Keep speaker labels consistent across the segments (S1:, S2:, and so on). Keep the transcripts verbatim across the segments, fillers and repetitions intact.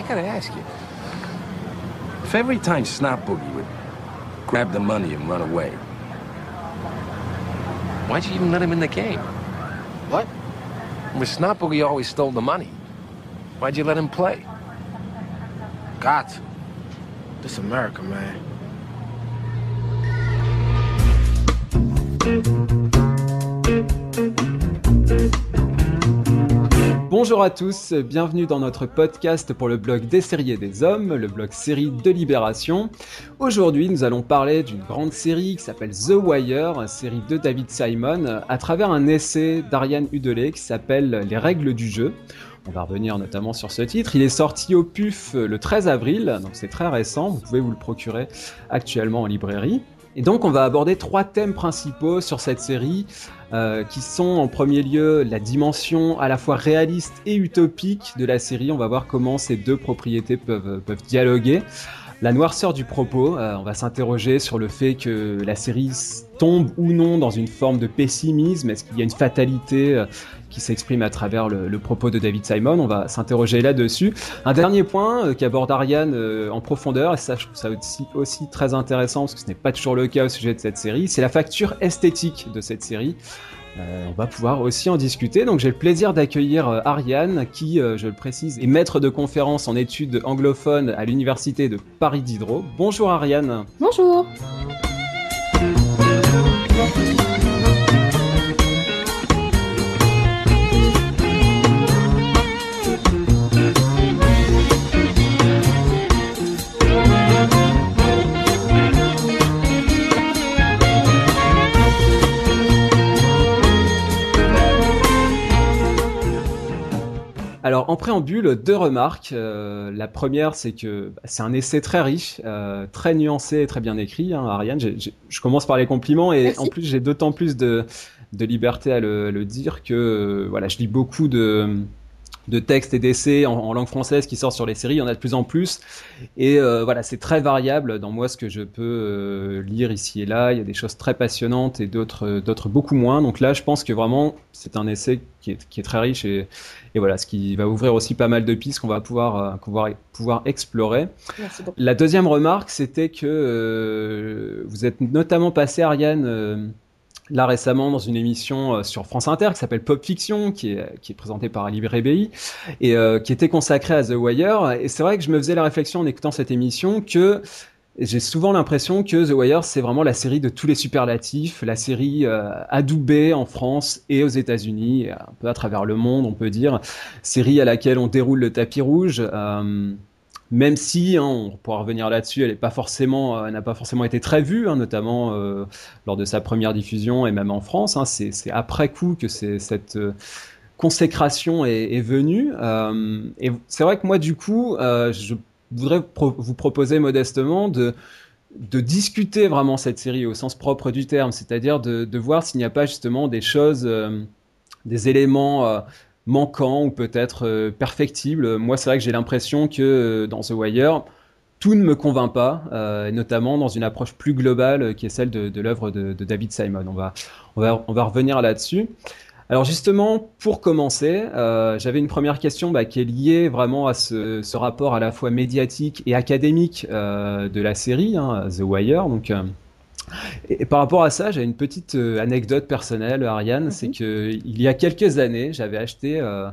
S1: gotta ask you, if every time Snot Boogie would grab the money and run away, why'd you even let him in the game?
S2: What?
S1: When Snot Boogie always stole the money, why'd you let him play?
S2: Got to. This America, man.
S3: Bonjour à tous, bienvenue dans notre podcast pour le blog des séries et des hommes, le blog série de Libération. Aujourd'hui, nous allons parler d'une grande série qui s'appelle The Wire, série de David Simon, à travers un essai d'Ariane Hudelet qui s'appelle Les règles du jeu. On va revenir notamment sur ce titre. Il est sorti au P U F le treize avril, donc c'est très récent, vous pouvez vous le procurer actuellement en librairie. Et donc on va aborder trois thèmes principaux sur cette série, euh, qui sont en premier lieu la dimension à la fois réaliste et utopique de la série. On va voir comment ces deux propriétés peuvent, peuvent dialoguer. La noirceur du propos, euh, on va s'interroger sur le fait que la série tombe ou non dans une forme de pessimisme. Est-ce qu'il y a une fatalité euh, qui s'exprime à travers le, le propos de David Simon? On va s'interroger là-dessus. Un dernier point euh, qu'aborde Ariane euh, en profondeur, et ça je trouve ça aussi, aussi très intéressant parce que ce n'est pas toujours le cas au sujet de cette série, c'est la facture esthétique de cette série. Euh, on va pouvoir aussi en discuter. Donc j'ai le plaisir d'accueillir euh, Ariane qui, euh, je le précise, est maître de conférences en études anglophones à l'université de Paris Diderot. Bonjour Ariane.
S4: Bonjour.
S3: Alors, en préambule, deux remarques. Euh, la première, c'est que bah, c'est un essai très riche, euh, très nuancé et très bien écrit. Hein, Ariane, j'ai, j'ai, je commence par les compliments et
S4: Merci.
S3: En plus, j'ai d'autant plus de, de liberté à le, le dire que euh, voilà, je lis beaucoup de, de textes et d'essais en, en langue française qui sortent sur les séries. Il y en a de plus en plus. Et euh, voilà, c'est très variable dans moi ce que je peux euh, lire ici et là. Il y a des choses très passionnantes et d'autres, d'autres beaucoup moins. Donc là, je pense que vraiment, c'est un essai qui est, qui est très riche et Et voilà, ce qui va ouvrir aussi pas mal de pistes qu'on va pouvoir, euh, pouvoir, pouvoir explorer.
S4: Merci beaucoup.
S3: La deuxième remarque, c'était que euh, vous êtes notamment passé, Ariane, euh, là récemment dans une émission euh, sur France Inter qui s'appelle Pop Fiction, qui est, qui est présentée par Ali Rebéi et euh, qui était consacrée à The Wire. Et c'est vrai que je me faisais la réflexion en écoutant cette émission que j'ai souvent l'impression que The Wire, c'est vraiment la série de tous les superlatifs, la série euh, adoubée en France et aux États-Unis, un peu à travers le monde, on peut dire. Série à laquelle on déroule le tapis rouge, euh, même si, hein, on pourra revenir là-dessus, elle est pas forcément, euh, n'a pas forcément été très vue, hein, notamment euh, lors de sa première diffusion et même en France. Hein, c'est, c'est après coup que c'est, cette euh, consécration est, est venue. Euh, et c'est vrai que moi, du coup, euh, je Je voudrais pro- vous proposer modestement de, de discuter vraiment cette série au sens propre du terme, c'est-à-dire de, de voir s'il n'y a pas justement des choses, euh, des éléments euh, manquants ou peut-être euh, perfectibles. Moi, c'est vrai que j'ai l'impression que euh, dans The Wire, tout ne me convainc pas, euh, notamment dans une approche plus globale euh, qui est celle de, de l'œuvre de, de David Simon. On va, on va, on va revenir là-dessus. Alors justement, pour commencer, euh, j'avais une première question bah, qui est liée vraiment à ce, ce rapport à la fois médiatique et académique euh, de la série, hein, The Wire. Donc, euh, et, et par rapport à ça, j'ai une petite euh, anecdote personnelle, Ariane, mm-hmm. C'est que il y a quelques années, j'avais acheté euh,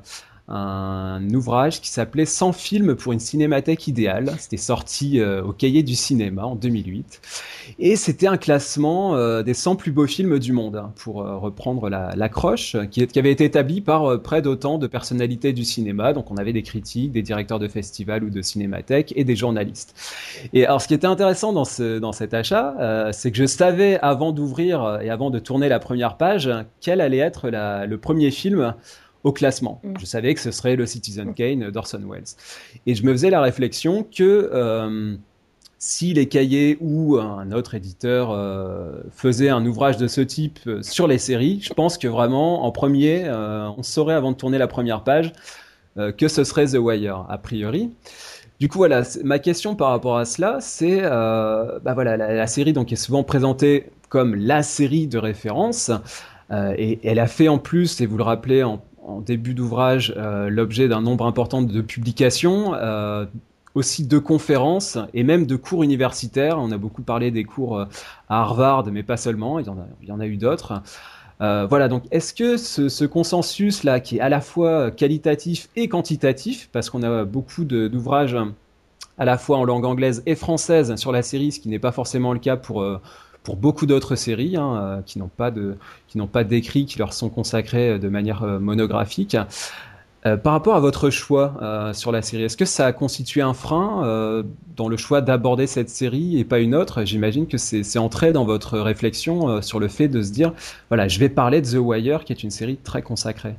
S3: un ouvrage qui s'appelait cent films pour une cinémathèque idéale. C'était sorti euh, au Cahier du cinéma en deux mille huit. Et c'était un classement euh, des cent plus beaux films du monde, hein, pour euh, reprendre la, l'accroche, qui, qui avait été établie par euh, près d'autant de personnalités du cinéma. Donc on avait des critiques, des directeurs de festivals ou de cinémathèques et des journalistes. Et alors ce qui était intéressant dans, ce, dans cet achat, euh, c'est que je savais avant d'ouvrir et avant de tourner la première page, quel allait être la, le premier film au classement. Mm. Je savais que ce serait le Citizen Kane d'Orson Welles. Et je me faisais la réflexion que euh, si les cahiers ou un autre éditeur euh, faisait un ouvrage de ce type sur les séries, je pense que vraiment, en premier, euh, on saurait avant de tourner la première page euh, que ce serait The Wire, a priori. Du coup, voilà, ma question par rapport à cela, c'est euh, bah voilà, la, la série donc, est souvent présentée comme la série de référence. Euh, et elle a fait en plus, et vous le rappelez, en, en début d'ouvrage euh, l'objet d'un nombre important de publications, euh, aussi de conférences et même de cours universitaires. On a beaucoup parlé des cours euh, à Harvard, mais pas seulement, il y en a, il y en a eu d'autres. Euh, voilà, donc est-ce que ce, ce consensus-là, qui est à la fois qualitatif et quantitatif, parce qu'on a beaucoup de, d'ouvrages à la fois en langue anglaise et française sur la série, ce qui n'est pas forcément le cas pour, euh, pour beaucoup d'autres séries, hein, euh, qui n'ont pas de, qui n'ont pas d'écrits qui leur sont consacrés de manière euh, monographique. Euh, par rapport à votre choix euh, sur la série, est-ce que ça a constitué un frein euh, dans le choix d'aborder cette série et pas une autre? J'imagine que c'est, c'est entré dans votre réflexion euh, sur le fait de se dire, voilà, je vais parler de The Wire, qui est une série très consacrée.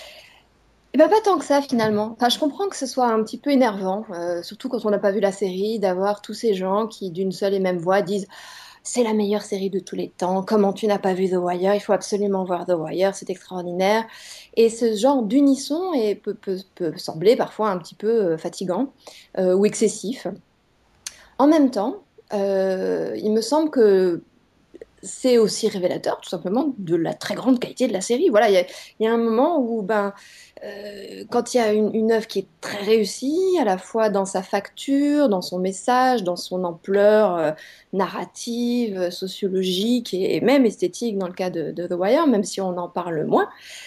S4: Eh ben, pas tant que ça finalement. Enfin, je comprends que ce soit un petit peu énervant, euh, surtout quand on n'a pas vu la série, d'avoir tous ces gens qui, d'une seule et même voix, disent c'est la meilleure série de tous les temps. Comment tu n'as pas vu The Wire? Il faut absolument voir The Wire, c'est extraordinaire. Et ce genre d'unisson est- peut, peut- peut sembler parfois un petit peu euh, fatigant euh, ou excessif. En même temps, euh, il me semble que c'est aussi révélateur tout simplement de la très grande qualité de la série. Voilà, il y a, il y a un moment où ben, euh, quand il y a une, une œuvre qui est très réussie, à la fois dans sa facture, dans son message, dans son ampleur euh, narrative, euh, sociologique et, et même esthétique dans le cas de, de The Wire, même si on en parle moins,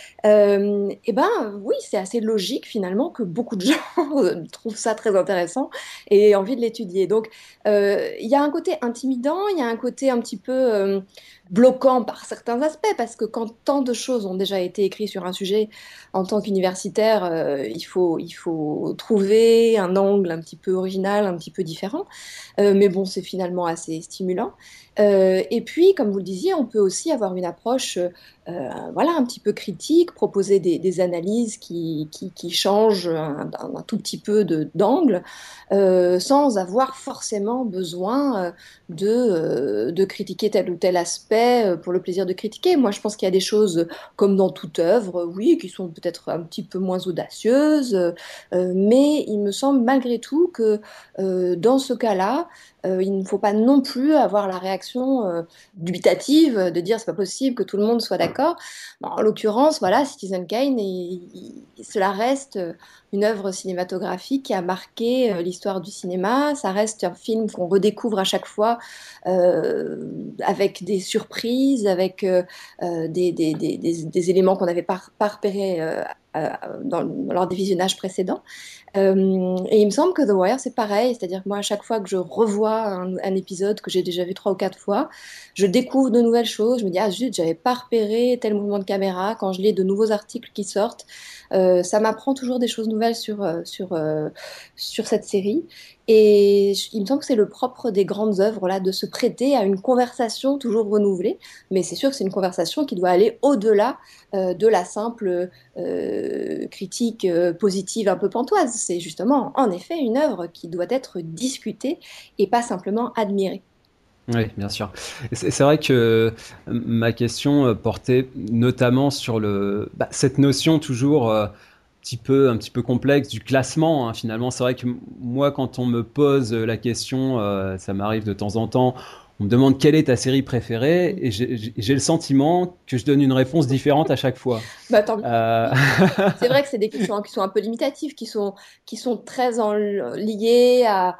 S4: euh, et ben oui, c'est assez logique finalement que beaucoup de gens trouvent ça très intéressant et aient envie de l'étudier. Donc euh, il y a un côté intimidant, il y a un côté un petit peu euh, bloquant par certains aspects, parce que quand tant de choses ont déjà été écrites sur un sujet, en tant qu'universitaire, euh, il faut, il faut trouver un angle un petit peu original, un petit peu différent. Euh, mais bon, c'est finalement assez stimulant. Euh, et puis, comme vous le disiez, on peut aussi avoir une approche euh, voilà, un petit peu critique, proposer des, des analyses qui, qui, qui changent un, un, un tout petit peu de, d'angle, euh, sans avoir forcément besoin euh, de, euh, de critiquer tel ou tel aspect euh, pour le plaisir de critiquer. Moi, je pense qu'il y a des choses, comme dans toute œuvre, oui, qui sont peut-être un petit peu moins audacieuses, euh, mais il me semble malgré tout que euh, dans ce cas-là, euh, il ne faut pas non plus avoir la réaction euh, dubitative de dire c'est pas possible que tout le monde soit d'accord. Bon, en l'occurrence, voilà, Citizen Kane, et, et, cela reste une œuvre cinématographique qui a marqué euh, l'histoire du cinéma. Ça reste un film qu'on redécouvre à chaque fois euh, avec des surprises, avec euh, euh, des, des, des, des, des éléments qu'on n'avait pas, pas repérés euh, euh, dans, lors des visionnages précédents. Euh, et il me semble que The Wire, c'est pareil, c'est-à-dire que moi, à chaque fois que je revois un, un épisode que j'ai déjà vu trois ou quatre fois, je découvre de nouvelles choses. Je me dis, ah zut, j'avais pas repéré tel mouvement de caméra. Quand je lis de nouveaux articles qui sortent, euh, ça m'apprend toujours des choses nouvelles sur, euh, sur, euh, sur cette série. Et je- il me semble que c'est le propre des grandes œuvres, là, de se prêter à une conversation toujours renouvelée. Mais c'est sûr que c'est une conversation qui doit aller au-delà euh, de la simple euh, critique euh, positive un peu pantoise. C'est justement, en effet, une œuvre qui doit être discutée et pas simplement admirée.
S3: Oui, bien sûr. Et C'est c'est vrai que euh, ma question euh, portait notamment sur le, bah, cette notion toujours euh, petit peu, un petit peu complexe du classement, hein. Finalement, c'est vrai que m- moi, quand on me pose euh, la question, euh, ça m'arrive de temps en temps, on me demande quelle est ta série préférée, et j'ai j'ai- j'ai le sentiment que je donne une réponse différente à chaque fois.
S4: Bah, tant mieux.
S3: Euh,
S4: C'est vrai que c'est des questions qui sont un peu limitatives, qui sont, qui sont très en- liées à,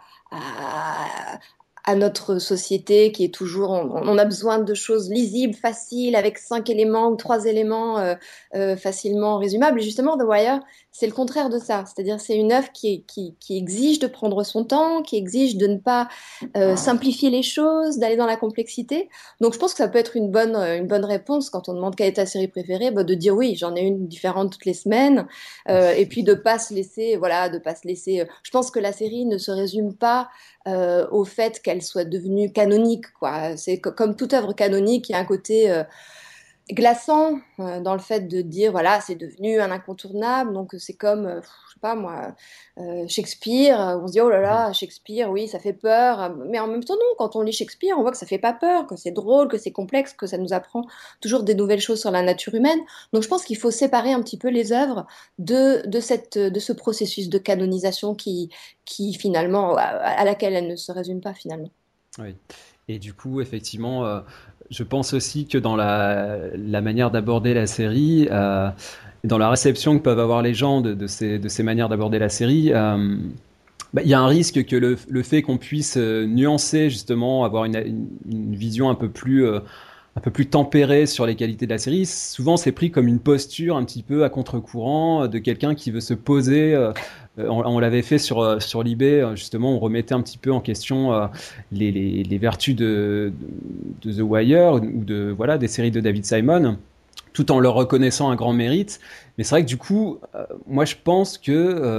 S4: à, à notre société qui est toujours, on, on a besoin de choses lisibles, faciles, avec cinq éléments ou trois éléments euh, euh, facilement résumables. Et justement, The Wire, c'est le contraire de ça. C'est-à-dire, c'est une œuvre qui, qui, qui exige de prendre son temps, qui exige de ne pas euh, simplifier les choses, d'aller dans la complexité. Donc, je pense que ça peut être une bonne, euh, une bonne réponse quand on demande quelle est ta série préférée, bah, de dire oui, j'en ai une différente toutes les semaines, euh, et puis de pas se laisser, voilà, de pas se laisser. euh, Je pense que la série ne se résume pas euh, au fait qu'elle soit devenue canonique, quoi. C'est co- comme toute œuvre canonique, il y a un côté euh, glaçant euh, dans le fait de dire voilà c'est devenu un incontournable, donc c'est comme euh, je sais pas moi euh, Shakespeare, euh, on se dit oh là là Shakespeare, oui ça fait peur, euh, mais en même temps non, quand on lit Shakespeare on voit que ça fait pas peur, que c'est drôle, que c'est complexe, que ça nous apprend toujours des nouvelles choses sur la nature humaine. Donc je pense qu'il faut séparer un petit peu les œuvres de, de, cette, de ce processus de canonisation qui, qui finalement à, à laquelle elle ne se résume pas finalement.
S3: Oui. Et du coup, effectivement, euh, je pense aussi que dans la, la manière d'aborder la série, euh, et dans la réception que peuvent avoir les gens de, de ces, de ces manières d'aborder la série, euh, bah, il y a un risque que le, le fait qu'on puisse euh, nuancer, justement, avoir une, une, une vision un peu plus, euh, un peu plus tempérée sur les qualités de la série, souvent c'est pris comme une posture un petit peu à contre-courant de quelqu'un qui veut se poser. Euh, euh, on, on l'avait fait sur, euh, sur l'eBay, euh, justement, on remettait un petit peu en question euh, les, les, les vertus de, de, de The Wire ou de, voilà, des séries de David Simon, tout en leur reconnaissant un grand mérite. Mais c'est vrai que du coup, euh, moi je pense que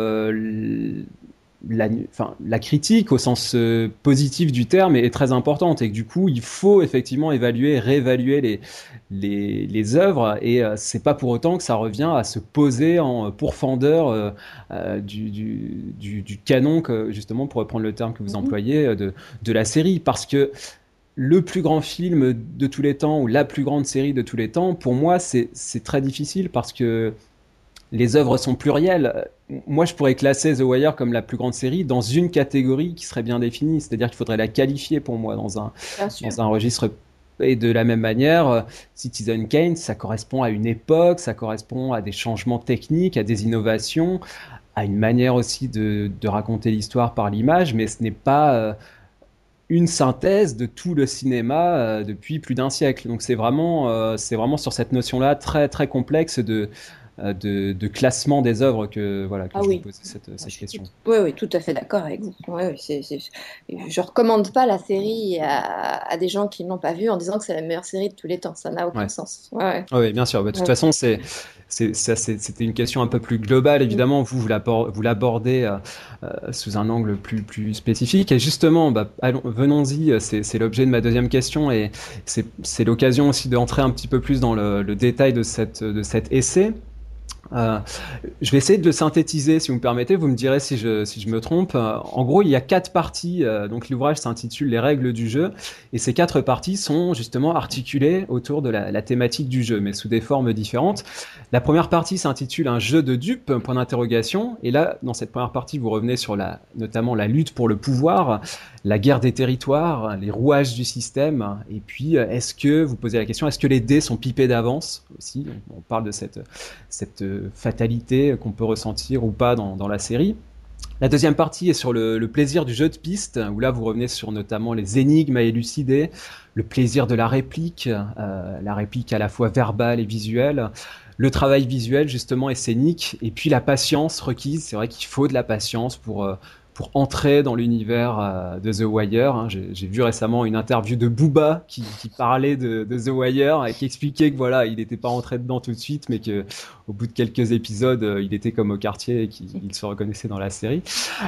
S3: euh, la, enfin, la critique au sens euh, positif du terme est, est très importante et que du coup il faut effectivement évaluer, réévaluer les, les, les œuvres et euh, c'est pas pour autant que ça revient à se poser en pourfendeur euh, euh, du, du, du, du canon, que, justement pour reprendre le terme que vous employez, de, de la série, parce que le plus grand film de tous les temps ou la plus grande série de tous les temps, pour moi, c'est, c'est très difficile parce que les œuvres sont plurielles. Moi, je pourrais classer The Wire comme la plus grande série dans une catégorie qui serait bien définie, c'est-à-dire qu'il faudrait la qualifier pour moi dans un, dans un registre. Et de la même manière, Citizen Kane, ça correspond à une époque, ça correspond à des changements techniques, à des innovations, à une manière aussi de, de raconter l'histoire par l'image, mais ce n'est pas euh, une synthèse de tout le cinéma euh, depuis plus d'un siècle. Donc c'est vraiment, euh, c'est vraiment sur cette notion-là très très complexe de, euh, de, de classement des œuvres que voilà que
S4: Ah
S3: je vous
S4: oui.
S3: pose cette,
S4: Moi,
S3: cette
S4: je suis
S3: question.
S4: tout- Oui, oui, tout à fait d'accord avec vous. Oui, oui, c'est, c'est... Je recommande pas la série à, à des gens qui ne l'ont pas vue en disant que c'est la meilleure série de tous les temps. Ça n'a aucun
S3: Ouais.
S4: sens. Ouais, ouais.
S3: Oui, bien sûr. Bah, de toute
S4: Ouais.
S3: façon, c'est, c'est, ça, c'est- c'était une question un peu plus globale, évidemment. Vous, vous l'abor- vous l'abordez euh, euh, sous un angle plus, plus spécifique. Et justement, bah, allons- venons-y. C'est, c'est l'objet de ma deuxième question. Et c'est, c'est l'occasion aussi d'entrer un petit peu plus dans le, le détail de, cette, de cet essai. Euh, je vais essayer de le synthétiser, si vous me permettez. Vous me direz si je, si je me trompe. Euh, en gros, il y a quatre parties. Euh, donc, l'ouvrage s'intitule Les règles du jeu. Et ces quatre parties sont justement articulées autour de la, la thématique du jeu, mais sous des formes différentes. La première partie s'intitule Un jeu de dupes, point d'interrogation. Et là, dans cette première partie, vous revenez sur la, notamment la lutte pour le pouvoir, la guerre des territoires, les rouages du système. Et puis, euh, est-ce que, vous posez la question, est-ce que les dés sont pipés d'avance aussi? On parle de cette, cette fatalité qu'on peut ressentir ou pas dans, dans la série. La deuxième partie est sur le, le plaisir du jeu de piste, où là vous revenez sur notamment les énigmes à élucider, le plaisir de la réplique, euh, la réplique à la fois verbale et visuelle, le travail visuel justement et scénique, et puis la patience requise. C'est vrai qu'il faut de la patience pour, euh, pour entrer dans l'univers euh, de The Wire. Hein. J'ai, j'ai vu récemment une interview de Booba qui, qui parlait de, de The Wire et qui expliquait que voilà, il n'était pas rentré dedans tout de suite, mais que au bout de quelques épisodes, euh, il était comme au quartier et qu'il il se reconnaissait dans la série.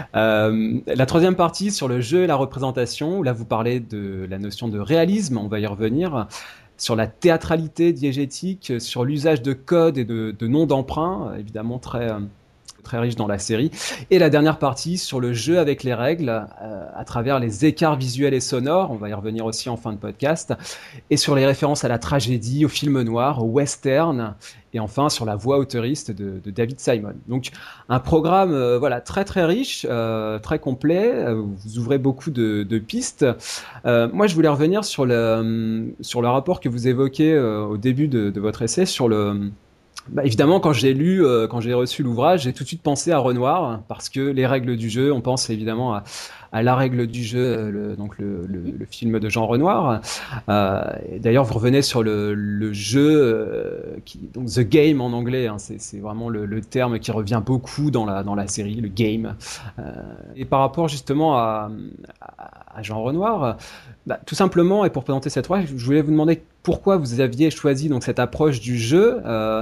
S3: Euh, la troisième partie sur le jeu et la représentation, où là vous parlez de la notion de réalisme, on va y revenir, sur la théâtralité diégétique, sur l'usage de codes et de, de noms d'emprunts, évidemment très, euh, très riche dans la série. Et la dernière partie sur le jeu avec les règles, euh, à travers les écarts visuels et sonores, on va y revenir aussi en fin de podcast, et sur les références à la tragédie, au film noir, au western, et enfin sur la voix auteuriste de, de David Simon. Donc un programme euh, voilà, très très riche, euh, très complet, euh, vous ouvrez beaucoup de, de pistes. Euh, moi je voulais revenir sur le, sur le rapport que vous évoquez euh, au début de, de votre essai sur le... Bah, évidemment, quand j'ai lu, euh, quand j'ai reçu l'ouvrage, j'ai tout de suite pensé à Renoir, parce que les règles du jeu, on pense évidemment à, à La règle du jeu, euh, le, donc le, le, le film de Jean Renoir. Euh, et d'ailleurs, vous revenez sur le, le jeu, euh, qui, donc The Game en anglais, hein, c'est, c'est vraiment le, le terme qui revient beaucoup dans la, dans la série, le game. Euh, et par rapport justement à, à, à Jean Renoir, bah, tout simplement, et pour présenter cette ouvrage, je voulais vous demander pourquoi vous aviez choisi donc cette approche du jeu. Euh,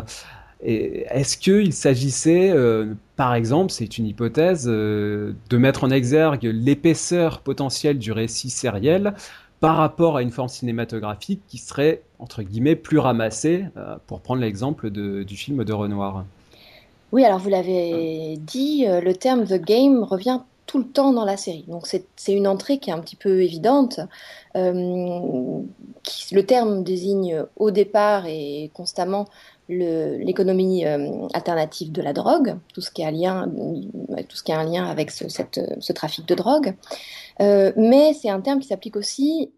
S3: et est-ce qu'il s'agissait, euh, par exemple, c'est une hypothèse, euh, de mettre en exergue l'épaisseur potentielle du récit sériel par rapport à une forme cinématographique qui serait, entre guillemets, plus ramassée, euh, pour prendre l'exemple de, du film de Renoir?
S4: Oui, alors vous l'avez dit, euh, le terme The Game revient tout le temps dans la série. Donc c'est c'est une entrée qui est un petit peu évidente. Euh, qui- le terme désigne au départ et constamment le- l'économie euh, alternative de la drogue, tout ce qui a un lien, tout ce qui a un lien avec ce, cette- ce trafic de drogue. Euh, mais c'est un terme qui s'applique aussi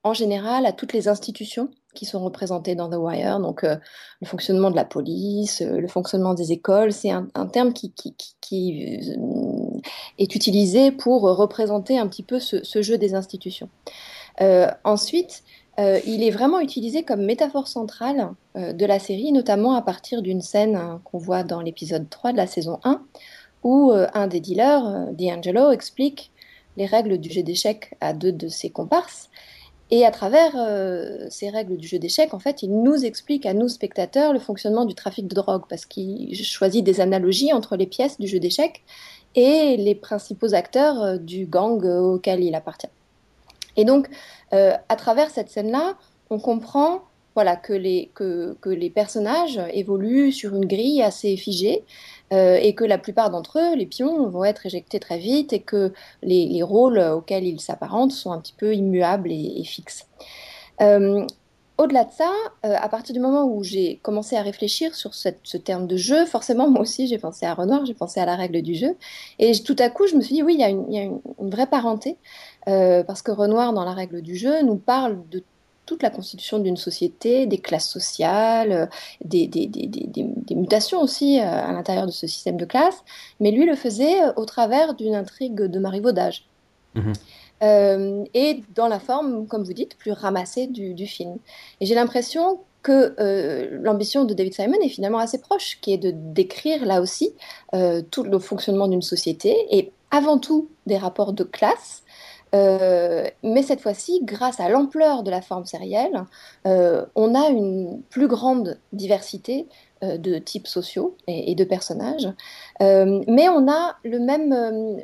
S4: en général à toutes les institutions qui sont représentées dans The Wire, donc euh, le fonctionnement de la police, euh, le fonctionnement des écoles, c'est un, un terme qui, qui, qui, qui euh, est utilisé pour représenter un petit peu ce, ce jeu des institutions. Euh, ensuite, euh, il est vraiment utilisé comme métaphore centrale euh, de la série, notamment à partir d'une scène hein, qu'on voit dans l'épisode trois de la saison un, où euh, un des dealers, euh, D'Angelo, explique les règles du jeu d'échecs à deux de ses comparses. Et à travers euh, ces règles du jeu d'échecs, en fait, il nous explique à nous, spectateurs, le fonctionnement du trafic de drogue, parce qu'il choisit des analogies entre les pièces du jeu d'échecs et les principaux acteurs euh, du gang euh, auquel il appartient. Et donc, euh, à travers cette scène-là, on comprend voilà, que, les, que, que les personnages évoluent sur une grille assez figée euh, et que la plupart d'entre eux, les pions, vont être éjectés très vite et que les, les rôles auxquels ils s'apparentent sont un petit peu immuables et, et fixes. Euh, Au-delà de ça, euh, à partir du moment où j'ai commencé à réfléchir sur cette, ce terme de jeu, forcément, moi aussi, j'ai pensé à Renoir, j'ai pensé à la règle du jeu. Et j- tout à coup, je me suis dit, oui, il y a une, il y a une, une vraie parenté, euh, parce que Renoir, dans la règle du jeu, nous parle de toute la constitution d'une société, des classes sociales, euh, des, des, des, des, des- des mutations aussi euh, à l'intérieur de ce système de classes. Mais lui le faisait euh, au travers d'une intrigue de marivaudage
S3: Mhm.
S4: euh, et dans la forme, comme vous dites, plus ramassée du, du film. Et j'ai l'impression que euh, l'ambition de David Simon est finalement assez proche, qui est de décrire là aussi euh, tout le fonctionnement d'une société et avant tout des rapports de classe. Euh, mais cette fois-ci, grâce à l'ampleur de la forme sérielle, euh, on a une plus grande diversité euh, de types sociaux et, et de personnages. Euh, mais on a le même, euh,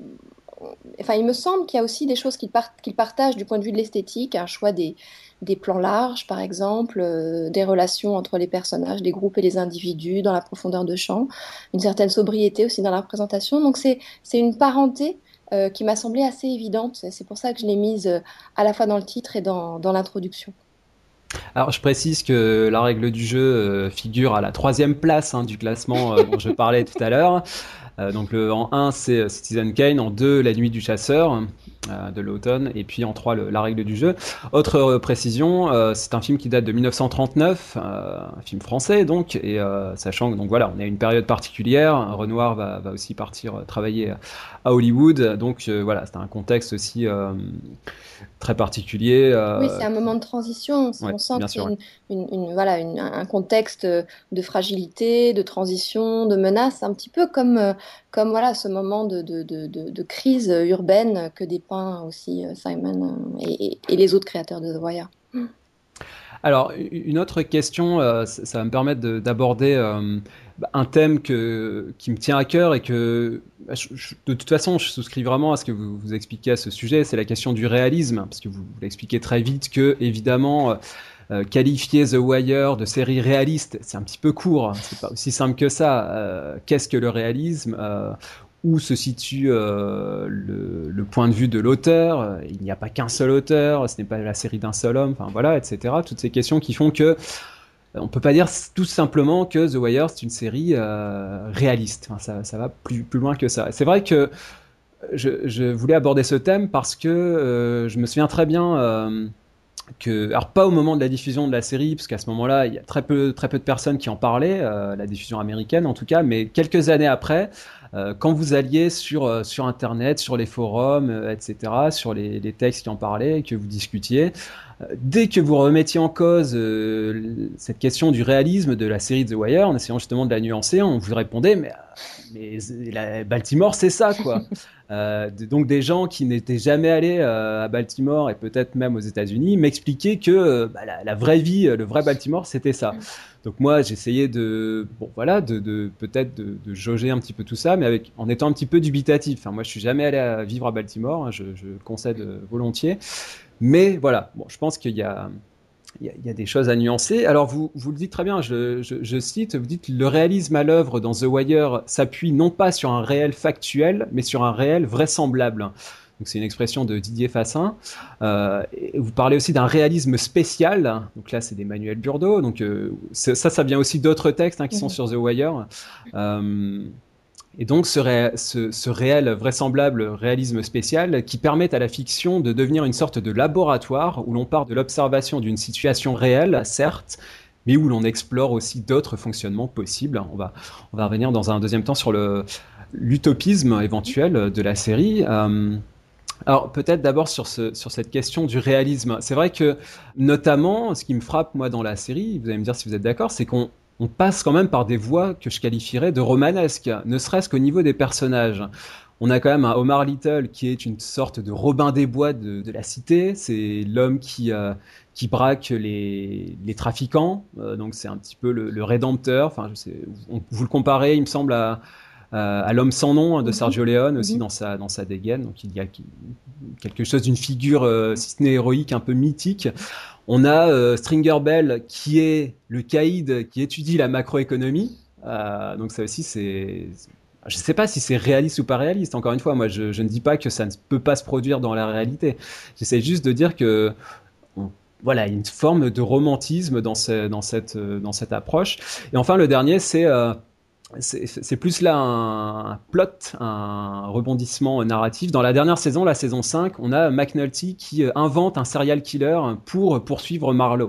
S4: enfin, il me semble qu'il y a aussi des choses qu'il par- qu'il partage du point de vue de l'esthétique, un choix des, des plans larges, par exemple, euh, des relations entre les personnages, des groupes et les individus dans la profondeur de champ, une certaine sobriété aussi dans la représentation. Donc c'est, c'est une parenté euh, qui m'a semblé assez évidente. C'est pour ça que je l'ai mise euh, à la fois dans le titre et dans, dans l'introduction.
S3: Alors, je précise que la règle du jeu euh, figure à la troisième place hein, du classement euh, dont je parlais tout à l'heure. Euh, donc, le, en un, c'est euh, Citizen Kane. En deux, La Nuit du Chasseur euh, de l'automne. Et puis en trois, le- La Règle du jeu. Autre euh, précision, euh, c'est un film qui date de mille neuf cent trente-neuf, euh, un film français donc. Et euh, sachant que donc voilà, on a une période particulière. Renoir va, va aussi partir euh, travailler à Hollywood. Donc euh, voilà, c'est un contexte aussi euh, très particulier.
S4: Oui,
S3: Euh,
S4: c'est un
S3: qui-
S4: moment de transition.
S3: ouais,
S4: On sent
S3: bien
S4: que c'est
S3: sûr. Ouais.
S4: une, une- une- voilà, une- un contexte de fragilité, de transition, de menace, un petit peu comme, euh, comme voilà, ce moment de, de, de, de- de crise urbaine que dépeint aussi euh, Simon euh, et, et- et les autres créateurs de The Wire.
S3: Alors, une autre question, euh, ça, ça va me permettre de- d'aborder euh, bah, un thème que, qui me tient à cœur et que, bah, je- je- de toute façon, je souscris vraiment à ce que vous, vous expliquez à ce sujet, c'est la question du réalisme, parce que vous, vous l'expliquez très vite que, évidemment, euh, euh, qualifier The Wire de série réaliste, c'est un petit peu court, hein, c'est pas aussi simple que ça. Euh, qu'est-ce que le réalisme euh, où se situe euh, le, le point de vue de l'auteur? Il n'y a pas qu'un seul auteur, ce n'est pas la série d'un seul homme, enfin voilà, et cetera. Toutes ces questions qui font que euh, on peut pas dire tout simplement que The Wire c'est une série euh, réaliste. Enfin, ça, ça va plus, plus loin que ça. C'est vrai que je, je voulais aborder ce thème parce que euh, je me souviens très bien euh, que, alors pas au moment de la diffusion de la série, parce qu'à ce moment-là, il y a très peu, très peu de personnes qui en parlaient, euh, la diffusion américaine en tout cas, mais quelques années après, euh, quand vous alliez sur, euh, sur Internet, sur les forums, euh, et cetera, sur les, les textes qui en parlaient, et que vous discutiez, euh, dès que vous remettiez en cause euh, cette question du réalisme de la série The Wire, en essayant justement de la nuancer, on vous répondait, mais, mais la, Baltimore, c'est ça, quoi. Euh, donc des gens qui n'étaient jamais allés euh, à Baltimore et peut-être même aux États-Unis m'expliquaient que euh, bah, la, la vraie vie, le vrai Baltimore, c'était ça. Donc moi, j'essayais de, bon voilà, de, de peut-être de, de jauger un petit peu tout ça, mais avec, en étant un petit peu dubitatif. Enfin, moi, je suis jamais allé à, vivre à Baltimore, hein, je, je le concède euh, volontiers. Mais voilà, bon, je pense qu'il y a, il y, a, il y a des choses à nuancer. Alors, vous, vous le dites très bien, je, je, je cite, vous dites le réalisme à l'œuvre dans The Wire s'appuie non pas sur un réel factuel, mais sur un réel vraisemblable. Donc, c'est une expression de Didier Fassin. Euh, et vous parlez aussi d'un réalisme spécial. Donc là, c'est d'Emmanuel Burdeau. Donc, euh, ça, ça vient aussi d'autres textes hein, qui sont
S4: Mhm.
S3: sur The Wire. Euh, Et donc ce, ré, ce, ce réel, vraisemblable réalisme spécial qui permet à la fiction de devenir une sorte de laboratoire où l'on part de l'observation d'une situation réelle, certes, mais où l'on explore aussi d'autres fonctionnements possibles. On va, on va revenir dans un deuxième temps sur le, l'utopisme éventuel de la série. Euh, alors peut-être d'abord sur, ce, sur cette question du réalisme. C'est vrai que notamment, ce qui me frappe moi dans la série, vous allez me dire si vous êtes d'accord, c'est qu'on on passe quand même par des voies que je qualifierais de romanesques, ne serait-ce qu'au niveau des personnages. On a quand même un Omar Little qui est une sorte de Robin des Bois de, de la cité. C'est l'homme qui, euh, qui braque les, les trafiquants. Euh, donc c'est un petit peu le, le rédempteur. Enfin, je sais, on, vous le comparez, il me semble, à, à, à l'homme sans nom de Sergio Leone aussi, mm-hmm. dans sa, dans sa dégaine. Donc il y a quelque chose d'une figure, euh, si ce n'est héroïque, un peu mythique. On a euh, Stringer Bell qui est le caïd qui étudie la macroéconomie. Euh, donc ça aussi, c'est... Je ne sais pas si c'est réaliste ou pas réaliste. Encore une fois, moi, je, je ne dis pas que ça ne peut pas se produire dans la réalité. J'essaie juste de dire que, on, voilà, il y a une forme de romantisme dans, ce, dans, cette, dans cette approche. Et enfin, le dernier, c'est... Euh, C'est, c'est plus là un, un plot, un rebondissement narratif. Dans la dernière saison, la saison cinq, on a McNulty qui invente un serial killer pour poursuivre Marlowe,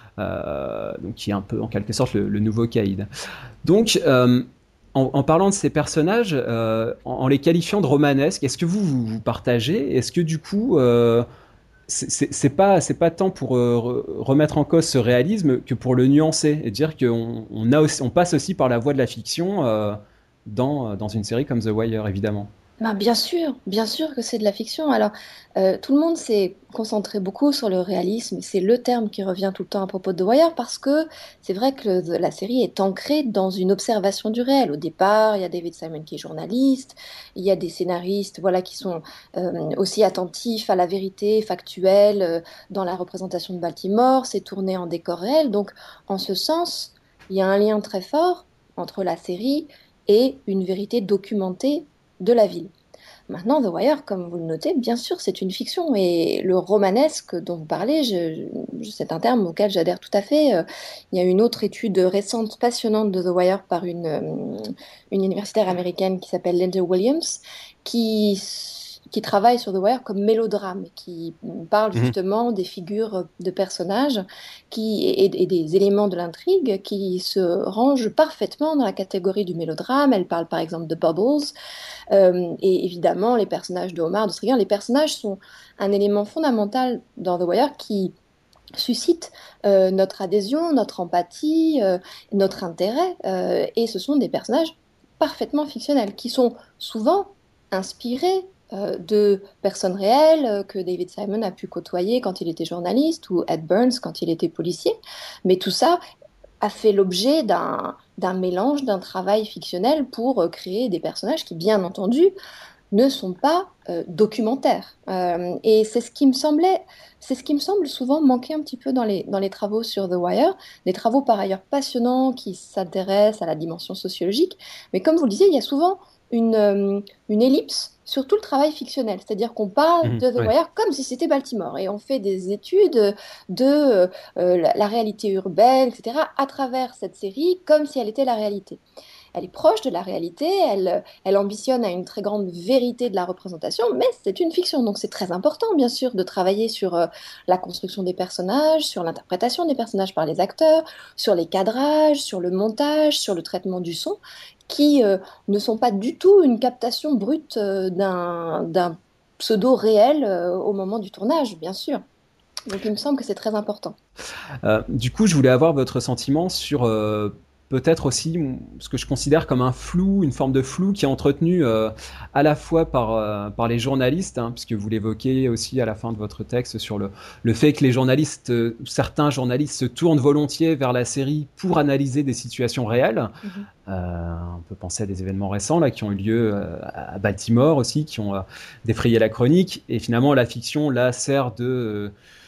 S3: euh, donc qui est un peu en quelque sorte le, le nouveau caïd. Donc, euh, en, en parlant de ces personnages, euh, en, en les qualifiant de romanesques, est-ce que vous vous, vous partagez ? Est-ce que du coup... Euh, C'est, c'est, c'est pas c'est pas tant pour euh, remettre en cause ce réalisme que pour le nuancer et dire qu'on on a aussi, on passe aussi par la voie de la fiction euh, dans dans une série comme The Wire, évidemment.
S4: Ben, bien sûr, bien sûr que c'est de la fiction. Alors, euh, tout le monde s'est concentré beaucoup sur le réalisme. C'est le terme qui revient tout le temps à propos de The Wire parce que c'est vrai que le- la série est ancrée dans une observation du réel. Au départ, il y a David Simon qui est journaliste, il y a des scénaristes, voilà, qui sont euh, aussi attentifs à la vérité factuelle euh, dans la représentation de Baltimore. C'est tourné en décor réel. Donc, en ce sens, il y a un lien très fort entre la série et une vérité documentée de la ville. Maintenant, The Wire, comme vous le notez, bien sûr, c'est une fiction. Et le romanesque dont vous parlez, je- je- c'est un terme auquel j'adhère tout à fait. Euh, Il y a une autre étude récente, passionnante de The Wire par une, euh, une universitaire américaine qui s'appelle Linda Williams, qui, qui travaille sur The Wire comme mélodrame, qui parle
S3: Mhm.
S4: justement des figures de personnages qui, et, et des éléments de l'intrigue qui se rangent parfaitement dans la catégorie du mélodrame. Elle parle par exemple de Bubbles, euh, et évidemment, les personnages de Omar, de Stringer, les personnages sont un élément fondamental dans The Wire qui suscite euh, notre adhésion, notre empathie, euh, notre intérêt. Euh, et ce sont des personnages parfaitement fictionnels qui sont souvent inspirés euh, de personnes réelles euh, que David Simon a pu côtoyer quand il était journaliste ou Ed Burns quand il était policier. Mais tout ça a fait l'objet d'un d'un mélange, d'un travail fictionnel pour euh, créer des personnages qui, bien entendu, ne sont pas euh, documentaires. Euh, et c'est ce qui me semblait, c'est ce qui me semble souvent manquer un petit peu dans les, dans les travaux sur The Wire, des travaux par ailleurs passionnants qui s'intéressent à la dimension sociologique. Mais comme vous le disiez, il y a souvent une, euh, une ellipse sur tout le travail fictionnel. C'est-à-dire qu'on parle
S3: Mhm,
S4: de The
S3: ouais.
S4: Wire comme si c'était Baltimore. Et on fait des études de euh, euh, la, la réalité urbaine, et cetera, à travers cette série, comme si elle était la réalité. Elle est proche de la réalité, elle, elle ambitionne à une très grande vérité de la représentation, mais c'est une fiction. Donc c'est très important, bien sûr, de travailler sur euh, la construction des personnages, sur l'interprétation des personnages par les acteurs, sur les cadrages, sur le montage, sur le traitement du son, qui euh, ne sont pas du tout une captation brute euh, d'un, d'un pseudo réel euh, au moment du tournage, bien sûr. Donc il me semble que c'est très important.
S3: Euh, du coup, je voulais avoir votre sentiment sur euh, peut-être aussi m- ce que je considère comme un flou, une forme de flou qui est entretenu euh, à la fois par, euh, par les journalistes, hein, puisque vous l'évoquez aussi à la fin de votre texte sur le, le fait que les journalistes, euh, certains journalistes se tournent volontiers vers la série pour analyser des situations réelles.
S4: Mhm.
S3: Euh, on peut penser à des événements récents là, qui ont eu lieu euh, à Baltimore aussi, qui ont euh, défrayé la chronique. Et finalement, la fiction là sert de... euh,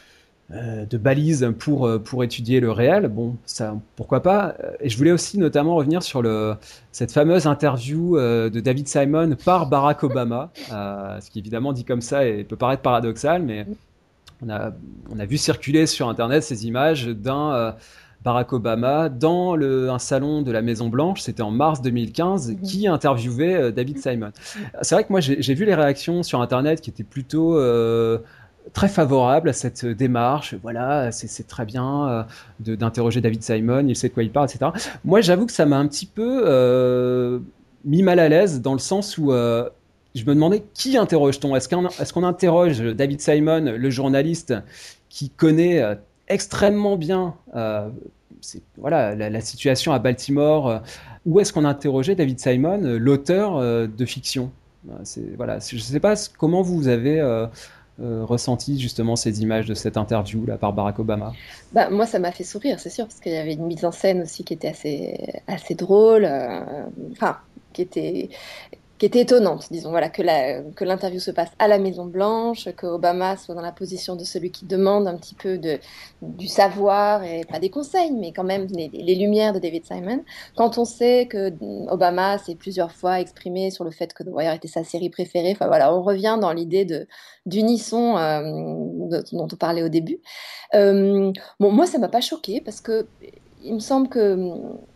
S3: euh, de balises pour, euh, pour étudier le réel. Bon, ça, pourquoi pas. Et je voulais aussi notamment revenir sur le, cette fameuse interview euh, de David Simon par Barack Obama, euh, ce qui évidemment dit comme ça et peut paraître paradoxal, mais on a, on a vu circuler sur Internet ces images d'un, euh, Barack Obama dans le, un salon de la Maison Blanche, c'était en mars deux mille quinze,
S4: Mhm.
S3: qui interviewait euh, David Simon. C'est vrai que moi j'ai, j'ai vu les réactions sur Internet qui étaient plutôt euh, très favorables à cette démarche. Voilà, c'est, c'est très bien euh, de, d'interroger David Simon, il sait de quoi il parle, et cetera. Moi j'avoue que ça m'a un petit peu euh, mis mal à l'aise dans le sens où euh, je me demandais qui interroge-t-on. Est-ce qu'on, est-ce qu'on interroge David Simon, le journaliste qui connaît euh, extrêmement bien euh, c'est, voilà, la, la situation à Baltimore, euh, où est-ce qu'on a interrogé David Simon, euh, l'auteur euh, de fiction. Euh, c'est, voilà, c'est, je ne sais pas ce- comment vous avez euh, euh, ressenti justement ces images de cette interview là par Barack Obama.
S4: Bah, moi, ça m'a fait sourire, c'est sûr, parce qu'il y avait une mise en scène aussi qui était assez, assez drôle, euh, enfin, qui était, qui était étonnante, disons, voilà, que la, que l'interview se passe à la Maison Blanche, que Obama soit dans la position de celui qui demande un petit peu de, du savoir, et pas des conseils, mais quand même les, les lumières de David Simon. Quand on sait que Obama s'est plusieurs fois exprimé sur le fait que The Wire était sa série préférée, enfin voilà, on revient dans l'idée de, d'unisson euh, de- dont on parlait au début. Euh, bon, moi, ça m'a pas choqué parce que il me semble que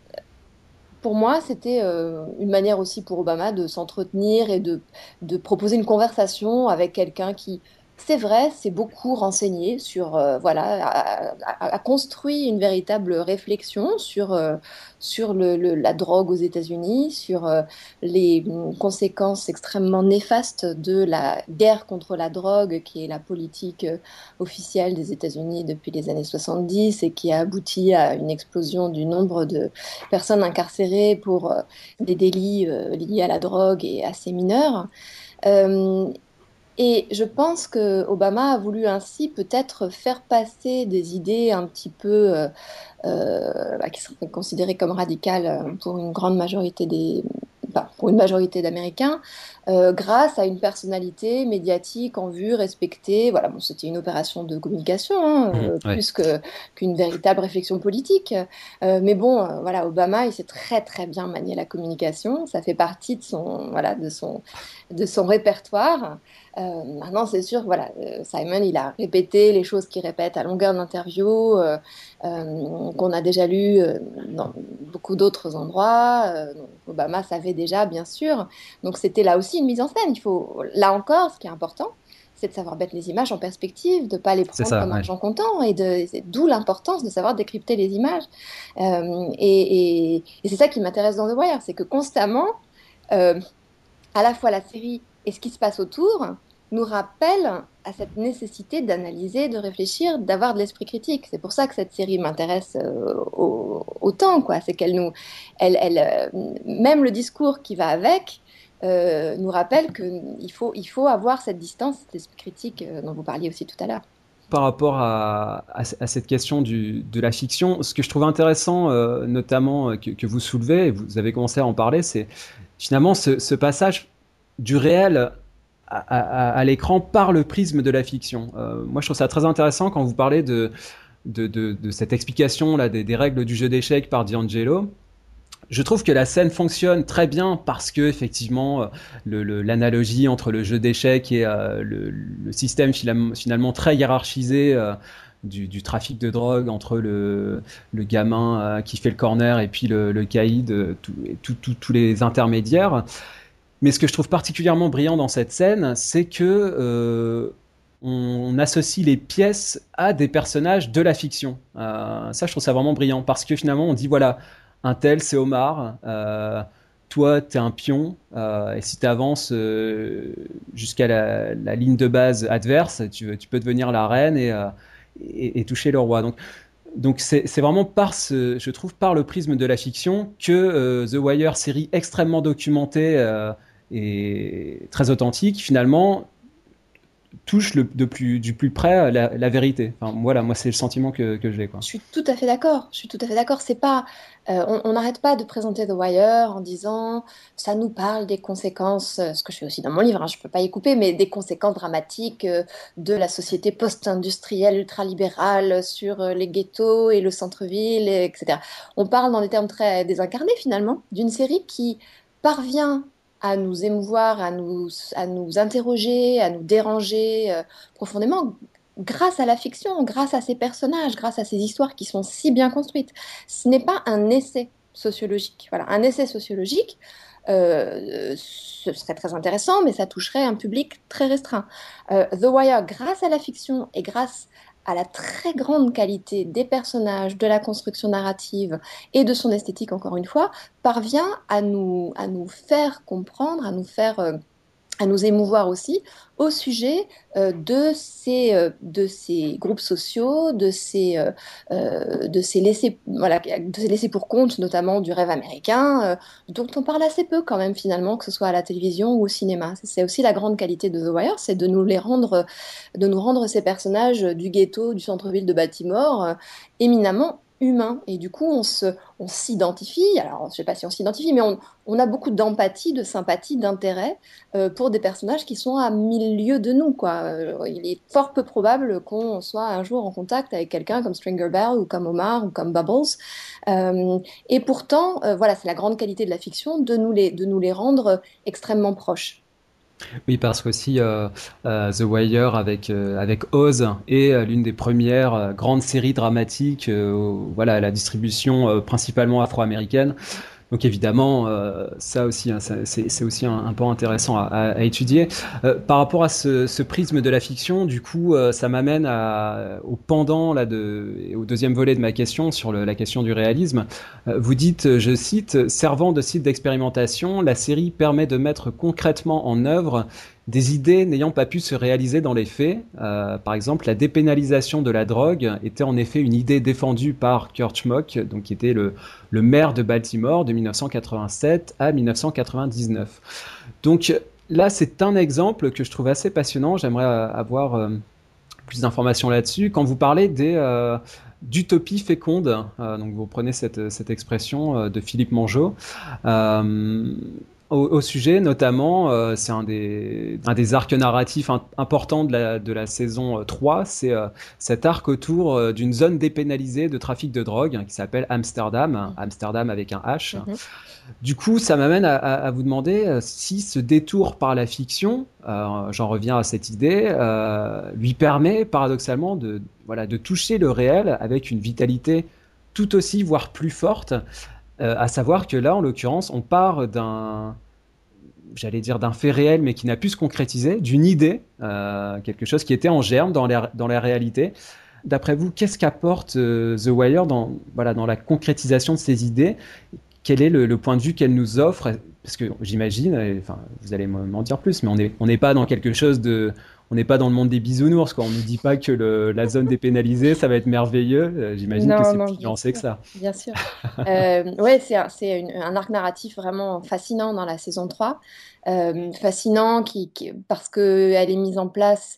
S4: pour moi, c'était euh, une manière aussi pour Obama de s'entretenir et de, de proposer une conversation avec quelqu'un qui, c'est vrai, s'est beaucoup renseigné sur, euh, voilà, a, a- a construit une véritable réflexion sur, euh, sur le, le- la drogue aux États-Unis, sur euh, les hum, conséquences extrêmement néfastes de la guerre contre la drogue, qui est la politique euh, officielle des États-Unis depuis les années soixante-dix et qui a abouti à une explosion du nombre de personnes incarcérées pour euh, des délits euh, liés à la drogue et à ces mineurs. Euh, et je pense que Obama a voulu ainsi peut-être faire passer des idées un petit peu euh, euh, bah, qui seraient considérées comme radicales euh, pour une grande majorité des, enfin, pour une majorité d'Américains, euh, grâce à une personnalité médiatique en vue, respectée. Voilà, bon, c'était une opération de communication, hein,
S3: Mmh,
S4: euh,
S3: ouais.
S4: plus que, qu'une véritable réflexion politique. Euh, mais bon, euh, voilà, Obama, il sait très très bien manier la communication. Ça fait partie de son, voilà, de son, de son répertoire. Euh, maintenant, c'est sûr, voilà, euh, Simon, il a répété les choses qu'il répète à longueur d'interview. Euh, euh, qu'on a déjà lu euh, dans beaucoup d'autres endroits. Euh, donc Obama savait déjà, bien sûr. Donc c'était là aussi une mise en scène. Il faut, là encore, ce qui est important, c'est de savoir mettre les images en perspective, de ne pas les
S3: C'est
S4: prendre
S3: ça,
S4: comme
S3: ouais.
S4: argent comptant, et de, c'est d'où l'importance de savoir décrypter les images. Euh, et et- et c'est ça qui m'intéresse dans The Wire, c'est que constamment, euh, à la fois la série et ce qui se passe autour nous rappellent à cette nécessité d'analyser, de réfléchir, d'avoir de l'esprit critique. C'est pour ça que cette série m'intéresse euh, au- autant, quoi. C'est qu'elle nous, elle, elle, euh, même le discours qui va avec euh, nous rappelle qu'il faut, il faut avoir cette distance, cet esprit critique euh, dont vous parliez aussi tout à l'heure.
S3: Par rapport à, à, à cette question du, de la fiction, ce que je trouve intéressant, euh, notamment euh, que, que vous soulevez, et vous avez commencé à en parler, c'est finalement ce, ce passage du réel à, à, à l'écran par le prisme de la fiction. Euh, moi, je trouve ça très intéressant quand vous parlez de, de, de, de cette explication là des, des règles du jeu d'échecs par D'Angelo. Je trouve que la scène fonctionne très bien parce que effectivement le, le, l'analogie entre le jeu d'échecs et euh, le, le, système finalement, finalement très hiérarchisé euh, du, du, trafic de drogue entre le, le gamin euh, qui fait le corner et puis le, le caïd, tous tout, tout, tout les intermédiaires. Mais ce que je trouve particulièrement brillant dans cette scène, c'est que euh, on associe les pièces à des personnages de la fiction. Euh, ça, je trouve ça vraiment brillant parce que finalement, on dit voilà, un tel, c'est Omar. Euh, toi, t'es un pion. Euh, et si tu avances euh, jusqu'à la, la, ligne de base adverse, tu, tu peux devenir la reine et, euh, et, et toucher le roi. Donc, donc c'est, c'est vraiment par ce, je trouve, par le prisme de la fiction que euh, The Wire, série extrêmement documentée euh, et très authentique, finalement, touche le, de plus, du plus près la, la vérité. Enfin, voilà, moi c'est le sentiment que, que j'ai, quoi.
S4: Je suis tout à fait d'accord. Je suis tout à fait d'accord. C'est pas, euh, on on n'arrête pas de présenter The Wire en disant ça nous parle des conséquences, euh, ce que je fais aussi dans mon livre, hein, je peux pas y couper, mais des conséquences dramatiques euh, de la société post-industrielle ultralibérale sur euh, les ghettos et le centre-ville, et etc. On parle dans des termes très désincarnés finalement d'une série qui parvient à nous émouvoir, à nous, à nous interroger, à nous déranger euh, profondément grâce à la fiction, grâce à ces personnages, grâce à ces histoires qui sont si bien construites. Ce n'est pas un essai sociologique. Voilà, un essai sociologique, euh, ce serait très intéressant, mais ça toucherait un public très restreint. Euh, The Wire, grâce à la fiction et grâce à la très grande qualité des personnages, de la construction narrative et de son esthétique, encore une fois, parvient à nous, à nous faire comprendre, à nous faire... euh, à nous émouvoir aussi au sujet euh, de, ces, euh, de ces groupes sociaux, de ces, euh, euh, de ces laissés, voilà, de ces laissés pour compte, notamment du rêve américain, euh, dont on parle assez peu quand même finalement, que ce soit à la télévision ou au cinéma. C'est aussi la grande qualité de The Wire, c'est de nous les rendre, de nous rendre ces personnages du ghetto, du centre-ville de Baltimore, euh, éminemment humains. Et du coup, on se, on s'identifie, alors je ne sais pas si on s'identifie, mais on, on a beaucoup d'empathie, de sympathie, d'intérêt euh, pour des personnages qui sont à mille lieues de nous, quoi. Euh, il est fort peu probable qu'on soit un jour en contact avec quelqu'un comme Stringer Bell ou comme Omar ou comme Bubbles. Euh, et pourtant, euh, voilà, c'est la grande qualité de la fiction de nous les, de nous les rendre extrêmement proches.
S3: Oui, parce qu'aussi euh, euh, The Wire avec euh, avec Oz est euh, l'une des premières euh, grandes séries dramatiques, euh, voilà, à la distribution euh, principalement afro-américaine. Donc évidemment, euh, ça aussi, hein, ça- c'est c'est aussi un, un point intéressant à, à- à étudier. Euh, par rapport à ce, ce prisme de la fiction, du coup, euh, ça m'amène à- au pendant là de, et au deuxième volet de ma question sur le- la question du réalisme. Euh, vous dites, euh, je cite, servant de site d'expérimentation, la série permet de mettre concrètement en œuvre des idées n'ayant pas pu se réaliser dans les faits. Euh, par exemple, la dépénalisation de la drogue était en effet une idée défendue par Kurt Schmock, donc qui était le le maire de Baltimore de mille neuf cent quatre-vingt-sept à mille neuf cent quatre-vingt-dix-neuf. Donc là, c'est un exemple que je trouve assez passionnant. J'aimerais euh, avoir euh, plus d'informations là-dessus. Quand vous parlez des euh, d'utopie féconde, euh, donc vous prenez cette, cette expression euh, de Philippe Mongeau, euh, au, au sujet notamment, euh, c'est un des, un des arcs narratifs in- importants de la, de la saison euh, trois, c'est euh, cet arc autour euh, d'une zone dépénalisée de trafic de drogue hein, qui s'appelle Amsterdam, Amsterdam avec un H.
S4: Mhm.
S3: Du coup, ça m'amène à, à- à vous demander euh, si ce détour par la fiction, euh, j'en reviens à cette idée, euh, lui permet paradoxalement de, voilà, de toucher le réel avec une vitalité tout aussi, voire plus forte, euh, à savoir que là, en l'occurrence, on part d'un, j'allais dire d'un fait réel, mais qui n'a pu se concrétiser, d'une idée, euh, quelque chose qui était en germe dans la, dans la réalité. D'après vous, qu'est-ce qu'apporte euh, The Wire dans, voilà, dans la concrétisation de ces idées? Quel est le, le point de vue qu'elle nous offre? Parce que j'imagine, et, enfin, vous allez m'en dire plus, mais on n'est on n'est pas dans quelque chose de, on n'est pas dans le monde des bisounours, quoi. On ne dit pas que le, la zone dépénalisée, ça va être merveilleux. Euh, J'imagine que
S4: Non,
S3: c'est
S4: non,
S3: plus
S4: bien
S3: nuancé que
S4: sûr,
S3: ça.
S4: bien sûr. Euh, ouais, c'est un, c'est une- un arc narratif vraiment fascinant dans la saison trois. Euh, fascinant qui, qui- parce qu'elle est mise en place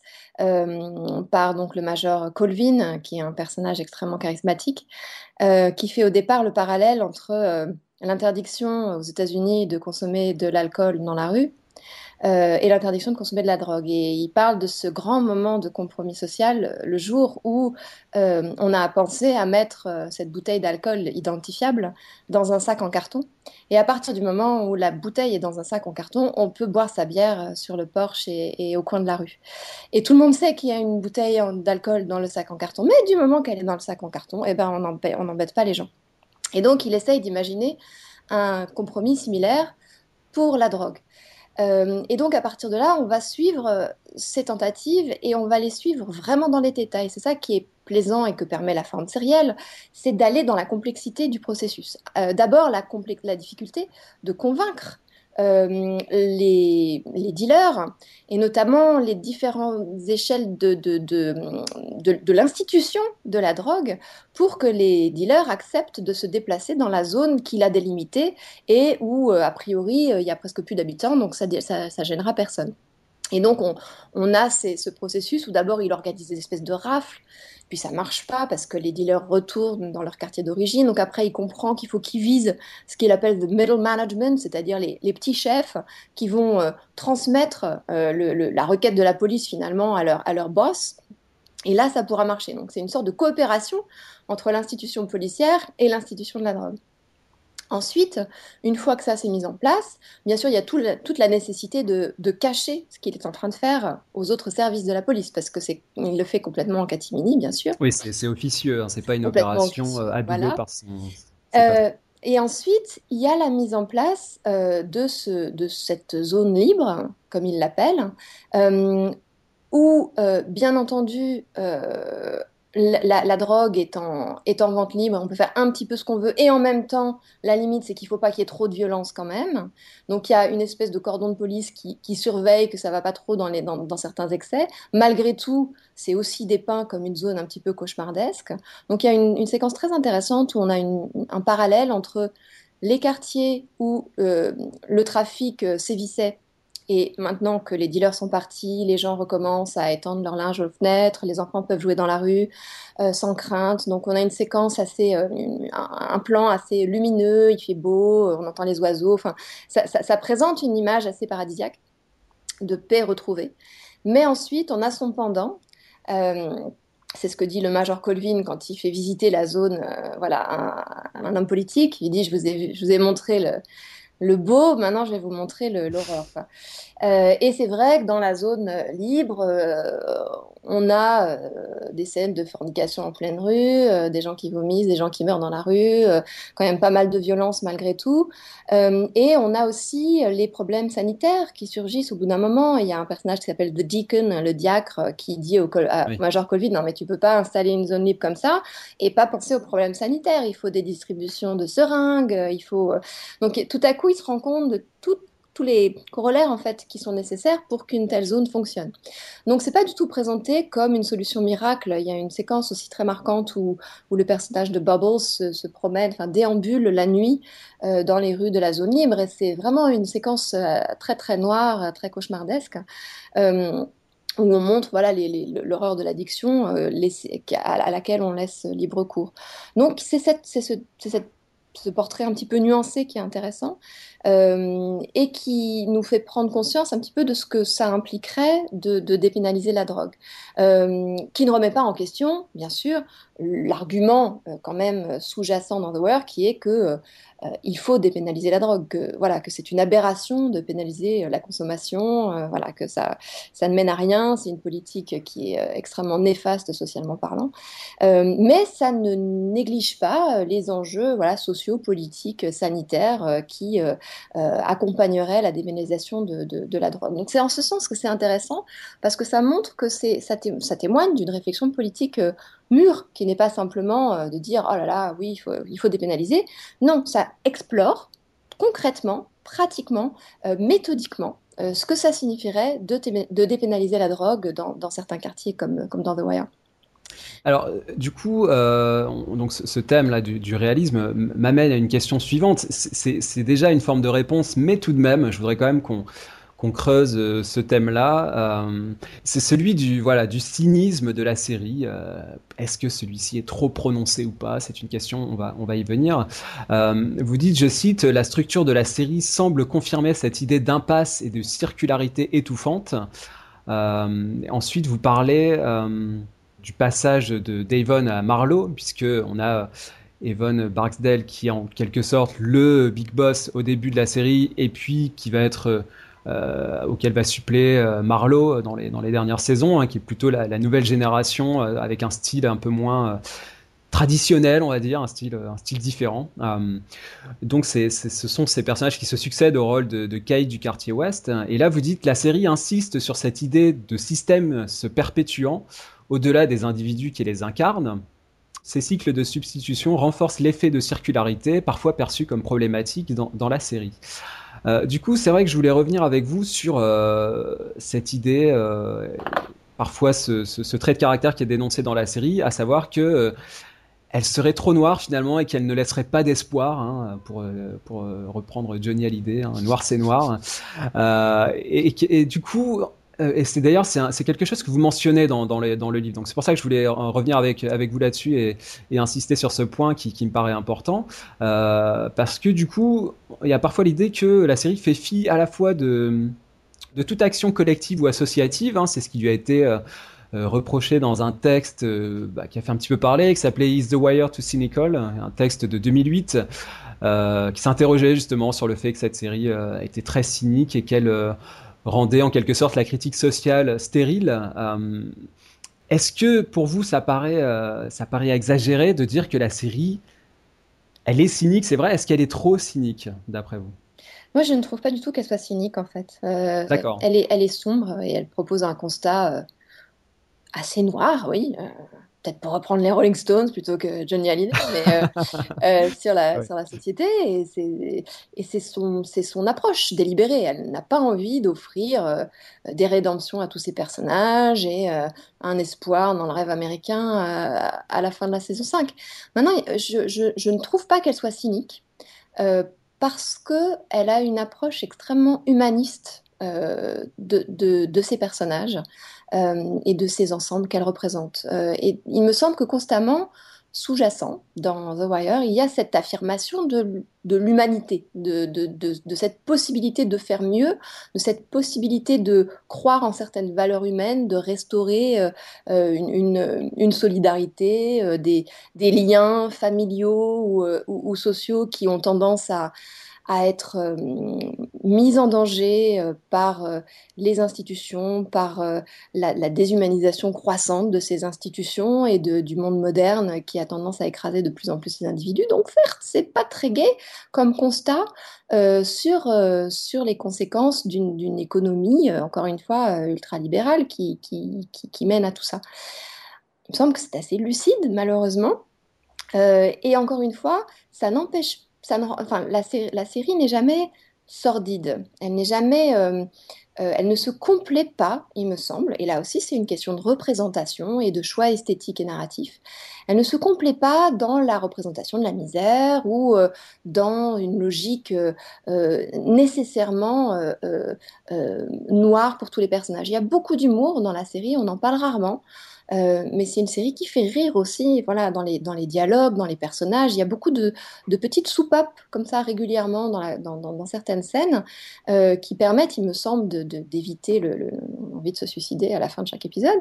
S4: euh, par donc, le major Colvin, qui est un personnage extrêmement charismatique, euh, qui fait au départ le parallèle entre euh, l'interdiction aux États-Unis de consommer de l'alcool dans la rue euh, et l'interdiction de consommer de la drogue. Et il parle de ce grand moment de compromis social, le jour où euh, on a pensé à mettre euh, cette bouteille d'alcool identifiable dans un sac en carton. Et à partir du moment où la bouteille est dans un sac en carton, on peut boire sa bière euh, sur le porche et, et au coin de la rue. Et tout le monde sait qu'il y a une bouteille en- d'alcool dans le sac en carton, mais du moment qu'elle est dans le sac en carton, eh ben on n'embête on n'embête pas les gens. Et donc il essaye d'imaginer un compromis similaire pour la drogue. Euh, et donc, à partir de là, on va suivre euh, ces tentatives et on va les suivre vraiment dans les détails. C'est ça qui est plaisant et que permet la forme sérielle, c'est d'aller dans la complexité du processus. Euh, D'abord, la, complé- la difficulté de convaincre euh, les, les dealers et notamment les différentes échelles de, de, de, de, de l'institution de la drogue pour que les dealers acceptent de se déplacer dans la zone qu'il a délimitée et où, euh, a priori, euh, il y a presque plus d'habitants, donc ça, ça, ça gênera personne. Et donc, on, on a ces, ce processus où d'abord, il organise des espèces de rafles, puis ça marche pas parce que les dealers retournent dans leur quartier d'origine. Donc après, il comprend qu'il faut qu'il vise ce qu'il appelle the middle management, c'est-à-dire les, les petits chefs qui vont euh, transmettre euh, le, le, la requête de la police finalement à leur, à leur boss. Et là, ça pourra marcher. Donc c'est une sorte de coopération entre l'institution policière et l'institution de la drogue. Ensuite, une fois que ça s'est mis en place, bien sûr, il y a tout la- toute la nécessité de, de cacher ce qu'il est en train de faire aux autres services de la police, parce que c'est, il le fait complètement en catimini, bien sûr,
S3: Oui, c'est c'est officieux, hein, c'est pas une
S4: complètement
S3: opération euh,
S4: officieux.
S3: adoubée
S4: Voilà.
S3: par son. C'est pas.
S4: Euh, et ensuite, il y a la mise en place euh, de ce, de cette zone libre, comme il l'appelle, euh, où, euh, bien entendu, euh, la, la- la drogue est en, est en vente libre, on peut faire un petit peu ce qu'on veut, et en même temps, la limite, c'est qu'il ne faut pas qu'il y ait trop de violence quand même. Donc, il y a une espèce de cordon de police qui, qui surveille que ça ne va pas trop dans, les, dans, dans certains excès. Malgré tout, c'est aussi dépeint comme une zone un petit peu cauchemardesque. Donc, il y a une, une séquence très intéressante où on a une- un parallèle entre les quartiers où euh, le trafic euh, sévissait et maintenant que les dealers sont partis, les gens recommencent à étendre leur linge aux fenêtres, les enfants peuvent jouer dans la rue euh, sans crainte. Donc on a une séquence assez, euh, une- un, un plan assez lumineux, il fait beau, on entend les oiseaux. Enfin, ça, ça- ça présente une image assez paradisiaque de paix retrouvée. Mais ensuite, on a son pendant. Euh, c'est ce que dit le Major Colvin quand il fait visiter la zone, euh, voilà, à un, un homme politique. Il dit, je vous ai, je vous ai montré le, le beau, maintenant je vais vous montrer le- l'horreur, quoi. Euh, et c'est vrai que dans la zone euh, libre, euh, on a euh, des scènes de fornication en pleine rue, euh, des gens qui vomissent, des gens qui meurent dans la rue, euh, quand même pas mal de violence malgré tout. Euh, et on a aussi les problèmes sanitaires qui surgissent au bout d'un moment. Il y a un personnage qui s'appelle The Deacon, le diacre, qui dit au col- à
S3: Oui.
S4: Major Colvin, non mais tu peux pas installer une zone libre comme ça et pas penser aux problèmes sanitaires. Il faut des distributions de seringues, il faut... Donc tout à coup, il se rend compte de tout tous les corollaires en fait qui sont nécessaires pour qu'une telle zone fonctionne. Donc c'est pas du tout présenté comme une solution miracle. Il y a une séquence aussi très marquante où, où le personnage de Bubbles se, se promène, enfin déambule la nuit euh, dans les rues de la zone libre et c'est vraiment une séquence euh, très très noire, très cauchemardesque. Euh, où on montre voilà les- les- l'horreur de l'addiction euh, laissée- à, à laquelle on laisse libre cours. Donc c'est cette, c'est ce, c'est cette ce portrait un petit peu nuancé qui est intéressant euh, et qui nous fait prendre conscience un petit peu de ce que ça impliquerait de, de dépénaliser la drogue, Euh, qui ne remet pas en question, bien sûr, l'argument euh, quand même sous-jacent dans The Wire, qui est que euh, euh, il faut dépénaliser la drogue, que voilà, que c'est une aberration de pénaliser euh, la consommation, euh, voilà, que ça, ça ne mène à rien, c'est une politique qui est euh, extrêmement néfaste socialement parlant. Euh, mais ça ne néglige pas euh, les enjeux voilà, sociaux, politiques, sanitaires euh, qui euh, euh, accompagneraient la dépénalisation de, de- de la drogue. Donc c'est en ce sens que c'est intéressant parce que ça montre que c'est, ça, té- ça témoigne d'une réflexion politique euh, mûre qui n'est pas simplement euh, de dire oh là là, oui, il faut, il faut dépénaliser. Non, ça explore concrètement, pratiquement, euh, méthodiquement euh, ce que ça signifierait de, té- de dépénaliser la drogue dans, dans certains quartiers comme, comme dans The Wire.
S3: Alors, euh, du coup, euh, on- donc ce, ce thème-là du, du réalisme m- m'amène à une question suivante. C'est c'est- c'est déjà une forme de réponse, mais tout de même, je voudrais quand même qu'on qu'on creuse euh, ce thème-là. Euh, c'est celui du voilà du cynisme de la série. Euh, Est-ce que celui-ci est trop prononcé ou pas? C'est une question. On va on va y venir. Euh, vous dites, je cite, la structure de la série semble confirmer cette idée d'impasse et de circularité étouffante. Euh, ensuite, vous parlez euh, du passage de Davon à Marlowe, puisque on a Evan Barksdale qui est en quelque sorte le big boss au début de la série, et puis qui va être euh, auquel va suppléer euh, Marlowe dans les, dans les dernières saisons, hein, qui est plutôt la, la nouvelle génération euh, avec un style un peu moins euh, traditionnel, on va dire, un style, un style différent. Euh, donc c'est, c'est, ce sont ces personnages qui se succèdent au rôle de, de Kate du quartier Ouest. Et là, vous dites que la série insiste sur cette idée de système se perpétuant au-delà des individus qui les incarnent. Ces cycles de substitution renforcent l'effet de circularité, parfois perçu comme problématique dans, dans la série. Euh, du coup, c'est vrai que je voulais revenir avec vous sur euh, cette idée, euh, parfois ce, ce, ce trait de caractère qui est dénoncé dans la série, à savoir que euh, elle serait trop noire finalement et qu'elle ne laisserait pas d'espoir, hein, pour, euh, pour euh, reprendre Johnny Hallyday, hein, noir c'est noir. Euh, et, et, et du coup, euh, et c'est d'ailleurs c'est, un, c'est quelque chose que vous mentionnez dans, dans, les, dans le livre. Donc c'est pour ça que je voulais en revenir avec, avec vous là-dessus et, et insister sur ce point qui, qui me paraît important. Euh, parce que du coup, il y a parfois l'idée que la série fait fi à la fois de, de toute action collective ou associative, hein, c'est ce qui lui a été... Euh, Euh, reproché dans un texte euh, bah, qui a fait un petit peu parler, qui s'appelait Is the Wire Too Cynical, un texte de deux mille huit, euh, qui s'interrogeait justement sur le fait que cette série euh, était très cynique et qu'elle euh, rendait en quelque sorte la critique sociale stérile. Euh, est-ce que pour vous ça paraît, euh, ça paraît exagéré de dire que la série, elle est cynique, c'est vrai? Est-ce qu'elle est trop cynique d'après vous?
S4: Moi, je ne trouve pas du tout qu'elle soit cynique, en fait. Euh,
S3: D'accord.
S4: elle est, elle est sombre et elle propose un constat euh, assez noir, oui. Euh, peut-être pour reprendre les Rolling Stones plutôt que Johnny Hallyday, mais euh, euh, sur la,
S3: Ouais.
S4: sur la société. Et c'est, et c'est son, c'est son approche délibérée. Elle n'a pas envie d'offrir euh, des rédemptions à tous ses personnages et euh, un espoir dans le rêve américain à, à la fin de la saison cinq. Maintenant, je, je, je ne trouve pas qu'elle soit cynique. Euh, Parce qu'elle a une approche extrêmement humaniste euh, de, de, de ses personnages euh, et de ces ensembles qu'elle représente. Euh, et il me semble que constamment, sous-jacent dans The Wire, il y a cette affirmation de, de l'humanité, de, de, de, de cette possibilité de faire mieux, de cette possibilité de croire en certaines valeurs humaines, de restaurer euh, euh, une, une, une solidarité, euh, des, des liens familiaux ou, euh, ou, ou sociaux qui ont tendance à à être euh, mise en danger euh, par euh, les institutions, par euh, la, la déshumanisation croissante de ces institutions et de, du monde moderne qui a tendance à écraser de plus en plus les individus. Donc certes, c'est pas très gai comme constat euh, sur, euh, sur les conséquences d'une d'une économie, euh, encore une fois, euh, ultralibérale qui, qui, qui, qui mène à tout ça. Il me semble que c'est assez lucide, malheureusement. Euh, et encore une fois, ça n'empêche, ça ne- enfin, la, sé- la série n'est jamais sordide. Elle n'est jamais, euh, euh, elle ne se complaît pas, il me semble. Et là aussi, c'est une question de représentation et de choix esthétique et narratif. Elle ne se complaît pas dans la représentation de la misère ou euh, dans une logique euh, euh, nécessairement euh, euh, euh, noire pour tous les personnages. Il y a beaucoup d'humour dans la série, on en parle rarement. Euh, mais c'est une série qui fait rire aussi, voilà, dans les, dans les dialogues, dans les personnages. Il y a beaucoup de, de petites soupapes comme ça régulièrement dans, la- dans, dans- dans certaines scènes euh, qui permettent, il me semble, de, de- d'éviter le, le- l'envie de se suicider à la fin de chaque épisode.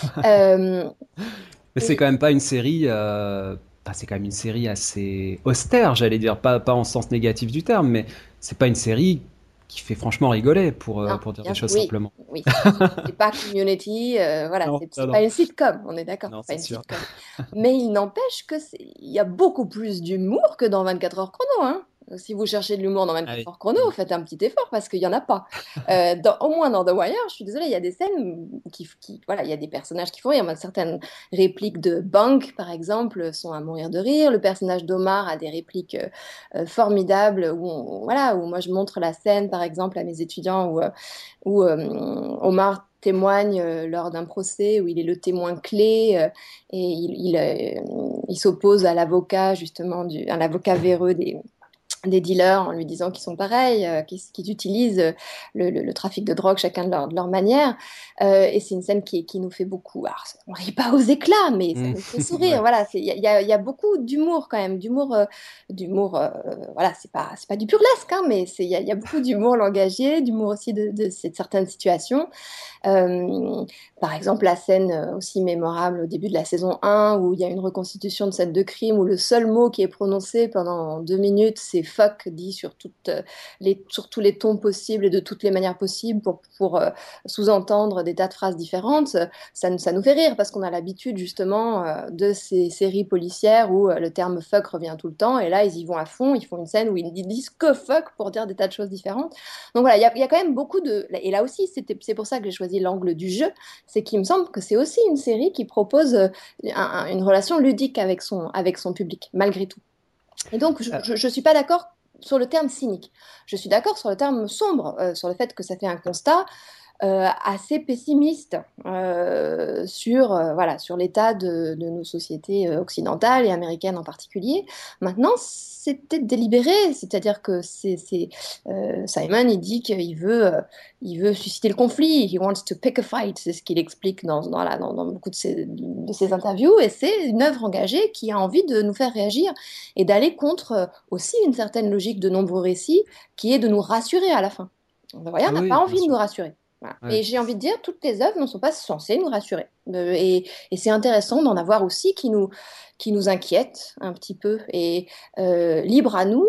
S4: Euh,
S3: Mais c'est
S4: et
S3: quand même pas une série. euh, Enfin, c'est quand même une série assez austère, j'allais dire, pas, pas en sens négatif du terme, mais c'est pas une série qui fait franchement rigoler, pour, euh,
S4: non,
S3: pour dire
S4: bien
S3: les
S4: sûr,
S3: choses
S4: oui,
S3: simplement.
S4: oui, c'est c'est pas Community, euh, voilà,
S3: Non,
S4: c'est
S3: non,
S4: c'est pas
S3: non,
S4: une sitcom, on est d'accord,
S3: non,
S4: c'est pas
S3: c'est
S4: une
S3: sûr.
S4: sitcom. Mais il n'empêche que c'est- il y a beaucoup plus d'humour que dans vingt-quatre heures chrono, hein. Si vous cherchez de l'humour dans
S3: Ah
S4: vingt-quatre
S3: oui.
S4: heures chrono,
S3: Mm.
S4: faites un petit effort parce qu'il n'y en a pas. Euh, dans- au moins dans The Wire, je suis désolée, il y a des scènes qui, qui- voilà, il y a des personnages qui font rire. Moi, certaines répliques de Bunk, par exemple, sont à mourir de rire. Le personnage d'Omar a des répliques euh, euh, formidables où, on- voilà, où moi je montre la scène, par exemple, à mes étudiants où, euh, où euh, Omar témoigne euh, lors d'un procès où il est le témoin clé euh, et il, il, euh, il s'oppose à l'avocat justement du, à l'avocat véreux des, des dealers en lui disant qu'ils sont pareils, euh, qu'ils qu'ils utilisent euh, le, le- le trafic de drogue chacun de leur, de leur manière. Euh, et c'est une scène qui, qui nous fait beaucoup. Alors, on rit pas aux éclats, mais ça
S3: Mm.
S4: nous fait sourire.
S3: Ouais.
S4: Voilà, c'est- il y a, il y a- il y a beaucoup d'humour quand même, d'humour, euh, d'humour. Euh, voilà, c'est pas, c'est pas du burlesque, hein, mais c'est, il y a, il y a beaucoup d'humour langagier, d'humour aussi de, de, de certaines situations. Euh, Par exemple, la scène euh, aussi mémorable au début de la saison un où il y a une reconstitution de scène de crime où le seul mot qui est prononcé pendant deux minutes, c'est fuck, dit sur, toutes euh, les, sur tous les tons possibles et de toutes les manières possibles pour, pour euh, sous-entendre des tas de phrases différentes. Ça, nous- ça nous fait rire parce qu'on a l'habitude justement euh, de ces séries policières où euh, le terme fuck revient tout le temps et là ils y vont à fond, ils font une scène où ils ne disent que fuck pour dire des tas de choses différentes. Donc voilà, il y a, il y a quand même beaucoup de... Et là aussi, c'était- c'est pour ça que j'ai choisi l'angle du jeu, c'est qu'il me semble que c'est aussi une série qui propose euh, un- un- une relation ludique avec son, avec son public, malgré tout. Et donc,
S3: Euh,
S4: je ne suis pas d'accord sur le terme cynique. Je suis d'accord sur le terme sombre, euh, sur le fait que ça fait un constat euh, assez pessimiste euh, sur, euh, voilà, sur l'état de, de nos sociétés euh, occidentales et américaines en particulier. Maintenant, c'est peut-être délibéré, c'est-à-dire que c'est, c'est, euh, Simon, il dit qu'il veut, euh, il veut susciter le conflit, he wants to pick a fight, c'est ce qu'il explique dans, dans, la- dans, dans beaucoup de ses, de ses interviews, et c'est une œuvre engagée qui a envie de nous faire réagir et d'aller contre euh, aussi une certaine logique de nombreux récits qui est de nous rassurer à la fin. Ben voyez,
S3: ah
S4: on n'a
S3: oui,
S4: pas
S3: bien
S4: envie de nous
S3: sûr.
S4: rassurer. Voilà.
S3: Ouais.
S4: Et j'ai envie de dire, toutes les œuvres ne sont pas censées nous rassurer. Euh, et et c'est intéressant d'en avoir aussi qui nous, qui nous inquiètent un petit peu. Et euh, libre à nous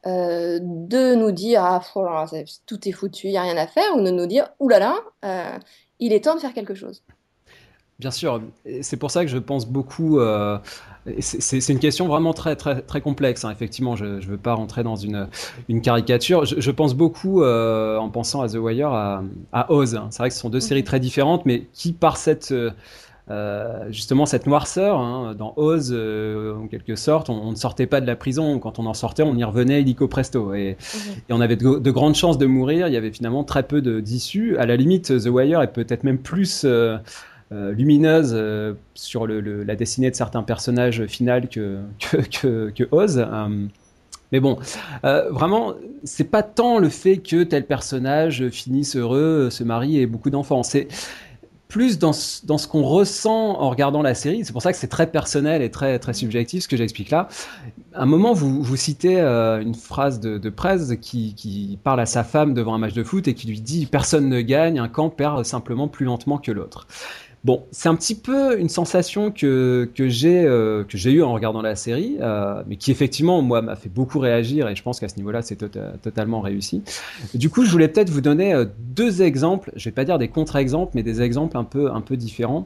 S4: euh, de nous dire ah, oh là là, c'est- tout est foutu, il n'y a rien à faire, ou de nous dire oulala, euh, il est temps de faire quelque chose.
S3: Bien sûr, et c'est pour ça que je pense beaucoup. Euh, et c'est c'est- c'est une question vraiment très très très complexe, hein. Effectivement, je ne veux pas rentrer dans une une caricature. Je, je pense beaucoup euh, en pensant à The Wire à, à Oz, hein. C'est vrai que ce sont deux séries
S4: Mhm.
S3: très différentes, mais qui par cette euh, euh, justement cette noirceur, hein, dans Oz, euh, en quelque sorte, on, on ne sortait pas de la prison. Quand on en sortait, on y revenait illico presto, et, et
S4: Mhm.
S3: on avait de, de grandes chances de mourir. Il y avait finalement très peu de- d'issues. À la limite, The Wire est peut-être même plus euh, euh, lumineuse euh, sur le, le- la destinée de certains personnages finaux que, que, que, que Oz. Euh, mais bon, euh, vraiment, c'est pas tant le fait que tel personnage finisse heureux, se marie et ait beaucoup d'enfants. C'est plus dans ce, dans ce qu'on ressent en regardant la série. C'est pour ça que c'est très personnel et très, très subjectif ce que j'explique là. À un moment, vous, vous citez euh, une phrase de, de Prez qui, qui parle à sa femme devant un match de foot et qui lui dit personne ne gagne, un camp perd simplement plus lentement que l'autre. Bon, c'est un petit peu une sensation que, que j'ai euh, que j'ai eue en regardant la série, euh, mais qui effectivement, moi, m'a fait beaucoup réagir et je pense qu'à ce niveau-là, c'est tota- totalement réussi. Du coup, je voulais peut-être vous donner euh, deux exemples, je vais pas dire des contre-exemples, mais des exemples un peu, un peu différents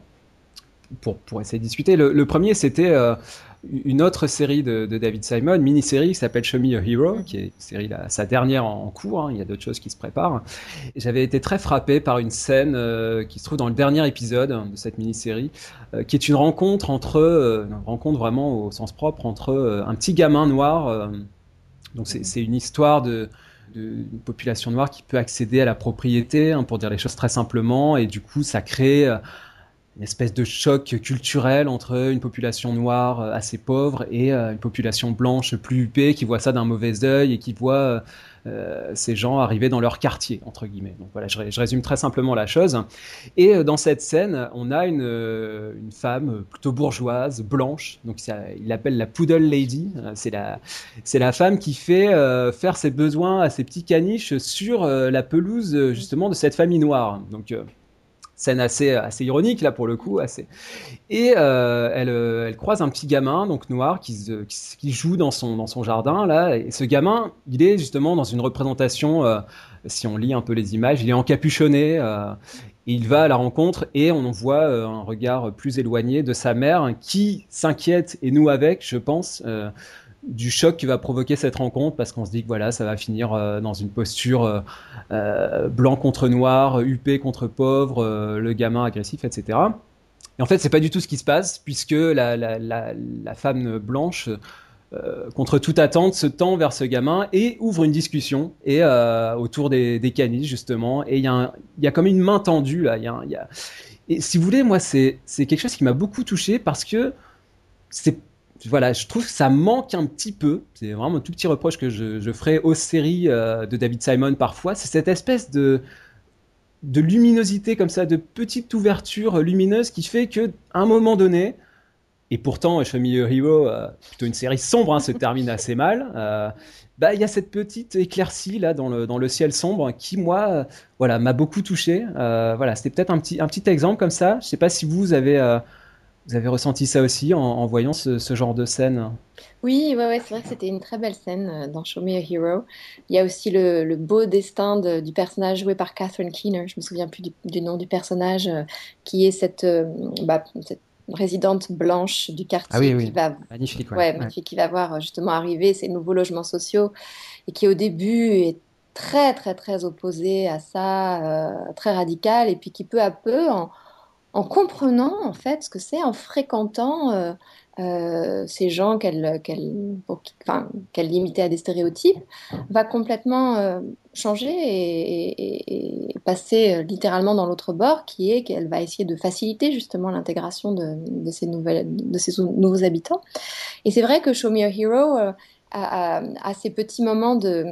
S3: pour, pour essayer de discuter. Le, le premier, c'était euh, une autre série de, de David Simon, mini-série qui s'appelle Show Me a Hero, qui
S4: Mhm.
S3: est une série, là, sa dernière en, en cours, hein, il y a d'autres choses qui se préparent. Et j'avais été très frappé par une scène euh, qui se trouve dans le dernier épisode de cette mini-série, euh, qui est une rencontre entre, euh, une rencontre vraiment au sens propre, entre euh, un petit gamin noir, euh, donc c'est
S4: Mhm.
S3: c'est une histoire de d'une population noire qui peut accéder à la propriété, hein, pour dire les choses très simplement, et du coup ça crée euh, une espèce de choc culturel entre une population noire euh, assez pauvre et euh, une population blanche plus huppée qui voit ça d'un mauvais œil et qui voit euh, euh, ces gens arriver dans leur quartier, entre guillemets. Donc voilà, je, je résume très simplement la chose. Et euh, dans cette scène, on a une, euh, une femme plutôt bourgeoise, blanche, donc ça, il l'appelle la Poodle Lady. Euh, C'est la, c'est la femme qui fait euh, faire ses besoins à ses petits caniches sur euh, la pelouse euh, justement de cette famille noire. Donc euh, scène assez, assez ironique là pour le coup, assez. Et euh, elle, euh, elle croise un petit gamin donc noir qui, se- qui, s- qui joue dans son, dans son jardin là. Et ce gamin, il est justement dans une représentation. Euh, si on lit un peu les images, il est encapuchonné. Euh, et il va à la rencontre et on en voit euh, un regard plus éloigné de sa mère, hein, qui s'inquiète et nous avec, je pense. Euh, du choc qui va provoquer cette rencontre parce qu'on se dit que voilà, ça va finir euh, dans une posture euh, euh, blanc contre noir, huppé contre pauvre, euh, le gamin agressif, et cetera. Et en fait, c'est pas du tout ce qui se passe puisque la, la, la, la femme blanche, euh, contre toute attente, se tend vers ce gamin et ouvre une discussion et euh, autour des, des caniches justement. Et il y, y a comme une main tendue là. Y a, y a... Et si vous voulez, moi, c'est c'est quelque chose qui m'a beaucoup touché parce que c'est voilà, je trouve que ça manque un petit peu. C'est vraiment un tout petit reproche que je, je ferai aux séries euh, de David Simon parfois. C'est cette espèce de, de luminosité comme ça, de petite ouverture lumineuse qui fait que à un moment donné, et pourtant Show Me a Hero, euh, plutôt une série sombre, hein, se termine assez mal. Euh, bah, il y a cette petite éclaircie là dans le, dans le ciel sombre qui moi, euh, voilà, m'a beaucoup touché. Euh, voilà, c'était peut-être un petit, un petit exemple comme ça. Je sais pas si vous avez euh, vous avez ressenti ça aussi en, en voyant ce, ce genre de scène.
S4: Oui, ouais, ouais, c'est vrai que c'était une très belle scène euh, dans Show Me a Hero. Il y a aussi le, le beau destin de- du personnage joué par Catherine Keener, je me souviens plus du, du nom du personnage, euh, qui est cette, euh, bah, cette résidente blanche du
S3: Ah oui,
S4: quartier qui
S3: oui.
S4: va,
S3: Magnifique, ouais.
S4: ouais,
S3: Ouais.
S4: magnifique, qui va voir euh, justement arriver ces nouveaux logements sociaux et qui au début est très, très, très opposée à ça, euh, très radicale, et puis qui peu à peu, en, en comprenant en fait ce que c'est, en fréquentant euh, euh, ces gens qu'elle qu'elle pour qui- enfin, qu'elle limitait à des stéréotypes, va complètement euh, changer et, et- et passer euh, littéralement dans l'autre bord, qui est qu'elle va essayer de faciliter justement l'intégration de, de ces nouvelles, de ces nouveaux habitants. Et c'est vrai que Show Me a Hero euh, a, a- a ces petits moments de,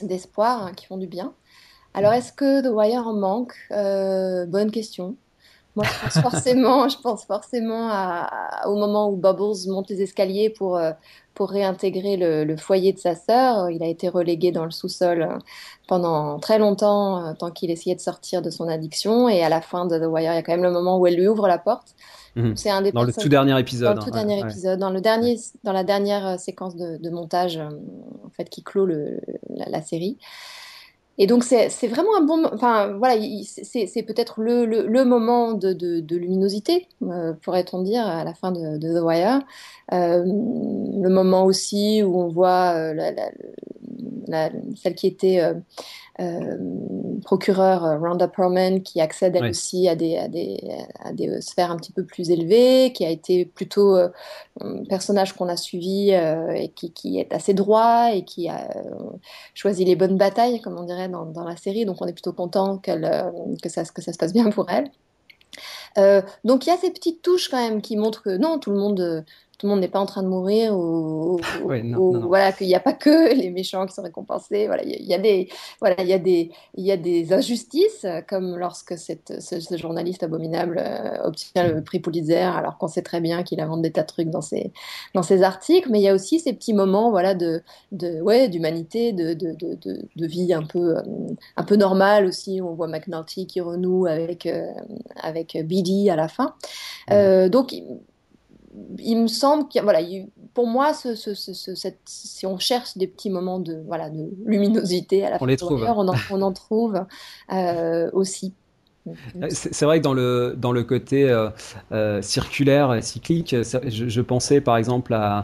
S4: d'espoir, hein, qui font du bien. Alors, est-ce que The Wire en manque? Euh, bonne question. Moi, je pense forcément, je pense forcément à- à- au moment où Bubbles monte les escaliers pour, euh, pour réintégrer le, le foyer de sa sœur. Il a été relégué dans le sous-sol euh, pendant très longtemps, euh, tant qu'il essayait de sortir de son addiction. Et à la fin de The Wire, il y a quand même le moment où elle lui ouvre la porte.
S3: Mhm.
S4: C'est un des
S3: Dans le tout
S4: personnages
S3: dernier
S4: dans
S3: épisode.
S4: le
S3: Hein,
S4: tout
S3: ouais,
S4: dernier
S3: ouais,
S4: épisode, dans le
S3: ouais.
S4: dernier, dans la dernière euh, séquence de, de montage, euh, en fait, qui clôt le, la, la série. Et donc, c'est c'est vraiment un bon... mo- Enfin, voilà, il- c'est c'est peut-être le, le, le moment de, de, de luminosité, euh, pourrait-on dire, à la fin de, de The Wire. Euh, le moment aussi où on voit euh, la, la- la- celle qui était euh, euh, procureure, euh, Rhonda Perlman, qui accède elle
S3: Ouais.
S4: aussi à des, à des, à des euh, sphères un petit peu plus élevées, qui a été plutôt euh, un personnage qu'on a suivi euh, et qui, qui est assez droit et qui a euh, choisi les bonnes batailles, comme on dirait dans, dans la série. Donc on est plutôt content qu'elle, euh, que ça, que ça se passe bien pour elle. Euh, donc il y a ces petites touches quand même qui montrent que non, tout le monde, euh, tout le monde n'est pas en train de mourir ou, ou-
S3: Ouais, non, non,
S4: ou-
S3: non.
S4: voilà qu'il n'y a pas que les méchants qui sont récompensés. Voilà, il y, a il y a des, voilà, il y a des, il y a des injustices euh, comme lorsque cette, ce, ce journaliste abominable euh, obtient le
S3: Mhm.
S4: prix Pulitzer alors qu'on sait très bien qu'il invente des tas de trucs dans ses, dans ses articles. Mais il y a aussi ces petits moments, voilà, de, de, ouais, d'humanité, de, de, de, de, de vie un peu, euh, un peu normale aussi. On voit McNulty qui renoue avec euh, avec Bidi à la fin.
S3: Mhm.
S4: Euh, donc, il, il me semble qu'il y a- voilà, il- pour moi, ce, ce- ce- ce- cette- si on cherche des petits moments de, voilà, de luminosité à la
S3: On
S4: fin
S3: les
S4: de
S3: trouve.
S4: Wire, on en, on en trouve euh, aussi.
S3: Euh, C'est c'est vrai que dans le, dans le côté euh, euh, circulaire et cyclique, ça- je, je pensais par exemple à,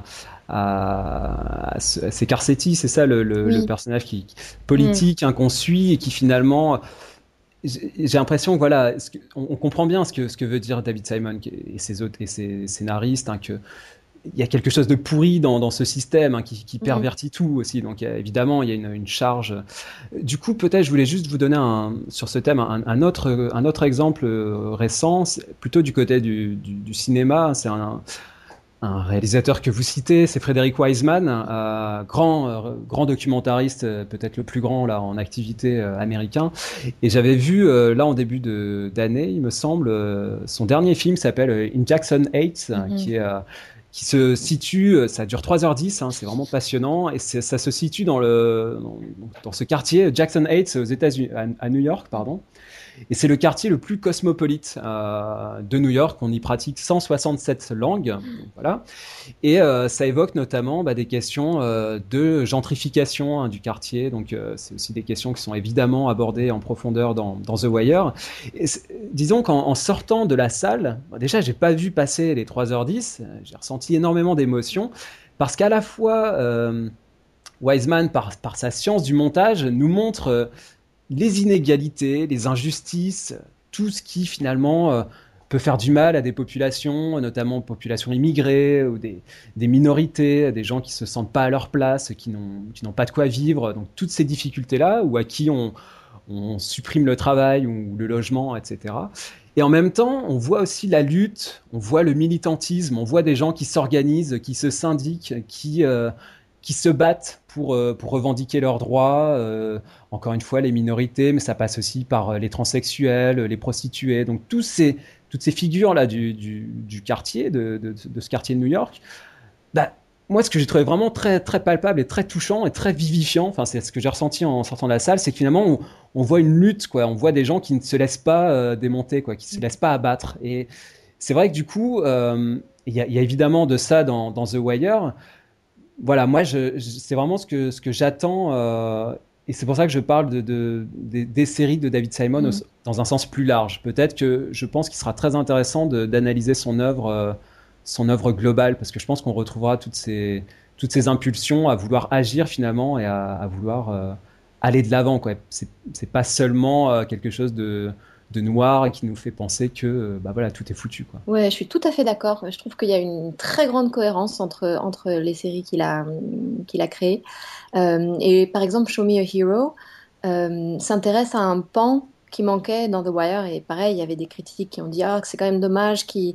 S3: à, à ce- à c'est Carcetti, c'est ça le, le, le
S4: Oui.
S3: personnage qui, qui-
S4: Mm.
S3: politique, hein, qu'on suit et qui finalement, j'ai j'ai l'impression que voilà, ce que- on, on comprend bien ce que, ce que veut dire David Simon qui- et ses autres et ses scénaristes, hein, que il y a quelque chose de pourri dans, dans ce système, hein, qui, qui
S4: Mm.
S3: pervertit tout aussi. Donc il y a- évidemment, il y a une, une charge. Du coup, peut-être, je voulais juste vous donner un, sur ce thème un, un autre, un autre exemple euh, récent, c'est plutôt du côté du, du, du cinéma. C'est un, un réalisateur que vous citez, c'est Frédéric Wiseman, euh, grand, euh, grand documentariste, euh, peut-être le plus grand là en activité euh, américain. Et j'avais vu euh, là en début de- d'année, il me semble, euh, son dernier film s'appelle euh, In Jackson eight, euh,
S4: Mhm.
S3: qui est euh, qui se situe, euh, ça dure trois heures dix, hein, c'est vraiment passionnant, et c'est- ça se situe dans le dans, dans ce quartier Jackson eight, c'est aux États-Unis, à, à New York, pardon. Et c'est le quartier le plus cosmopolite euh, de New York. On y pratique cent soixante-sept langues. Donc, voilà. Et euh, ça évoque notamment bah, des questions euh, de gentrification, hein, du quartier. Donc euh, c'est aussi des questions qui sont évidemment abordées en profondeur dans, dans The Wire. Et disons qu'en en sortant de la salle, bon, déjà j'ai pas vu passer les trois heures dix. J'ai ressenti énormément d'émotions parce qu'à la fois euh, Wiseman, par, par sa science du montage, nous montre euh, les inégalités, les injustices, tout ce qui finalement euh, peut faire du mal à des populations, notamment populations immigrées ou des, des minorités, des gens qui se sentent pas à leur place, qui n'ont qui n'ont pas de quoi vivre. Donc toutes ces difficultés-là, ou à qui on, on supprime le travail ou le logement, et cetera. Et en même temps, on voit aussi la lutte, on voit le militantisme, on voit des gens qui s'organisent, qui se syndiquent, qui, euh, qui se battent pour, euh, pour revendiquer leurs droits. Euh, encore une fois, les minorités, mais ça passe aussi par euh, les transsexuels, les prostituées. Donc tous ces, toutes ces figures-là du, du, du quartier, de, de, de ce quartier de New York, bah, moi, ce que j'ai trouvé vraiment très, très palpable et très touchant et très vivifiant, enfin, c'est ce que j'ai ressenti en sortant de la salle, c'est que finalement, on, on voit une lutte, quoi. On voit des gens qui ne se laissent pas euh, démonter, quoi, qui ne se laissent pas abattre. Et c'est vrai que du coup, euh, il y, a, il y a évidemment de ça dans, dans The Wire. Voilà, moi, je, je- c'est vraiment ce que, ce que j'attends. Euh, et c'est pour ça que je parle de, de- des, des séries de David Simon
S4: Mm.
S3: au- dans un sens plus large. Peut-être que je pense qu'il sera très intéressant de- d'analyser son œuvre, euh, son œuvre globale, parce que je pense qu'on retrouvera toutes ces, toutes ces impulsions à vouloir agir finalement et à, à vouloir euh, aller de l'avant, quoi. C'est, c'est pas seulement euh, quelque chose de, de noir et qui nous fait penser que euh, bah voilà, tout est foutu, quoi.
S4: Ouais, je suis tout à fait d'accord. Je trouve qu'il y a une très grande cohérence entre, entre les séries qu'il a, qu'il a créées. Euh, et par exemple, Show Me a Hero euh, s'intéresse à un pan qui manquait dans The Wire. Et pareil, il y avait des critiques qui ont dit ah, que c'est quand même dommage qu'il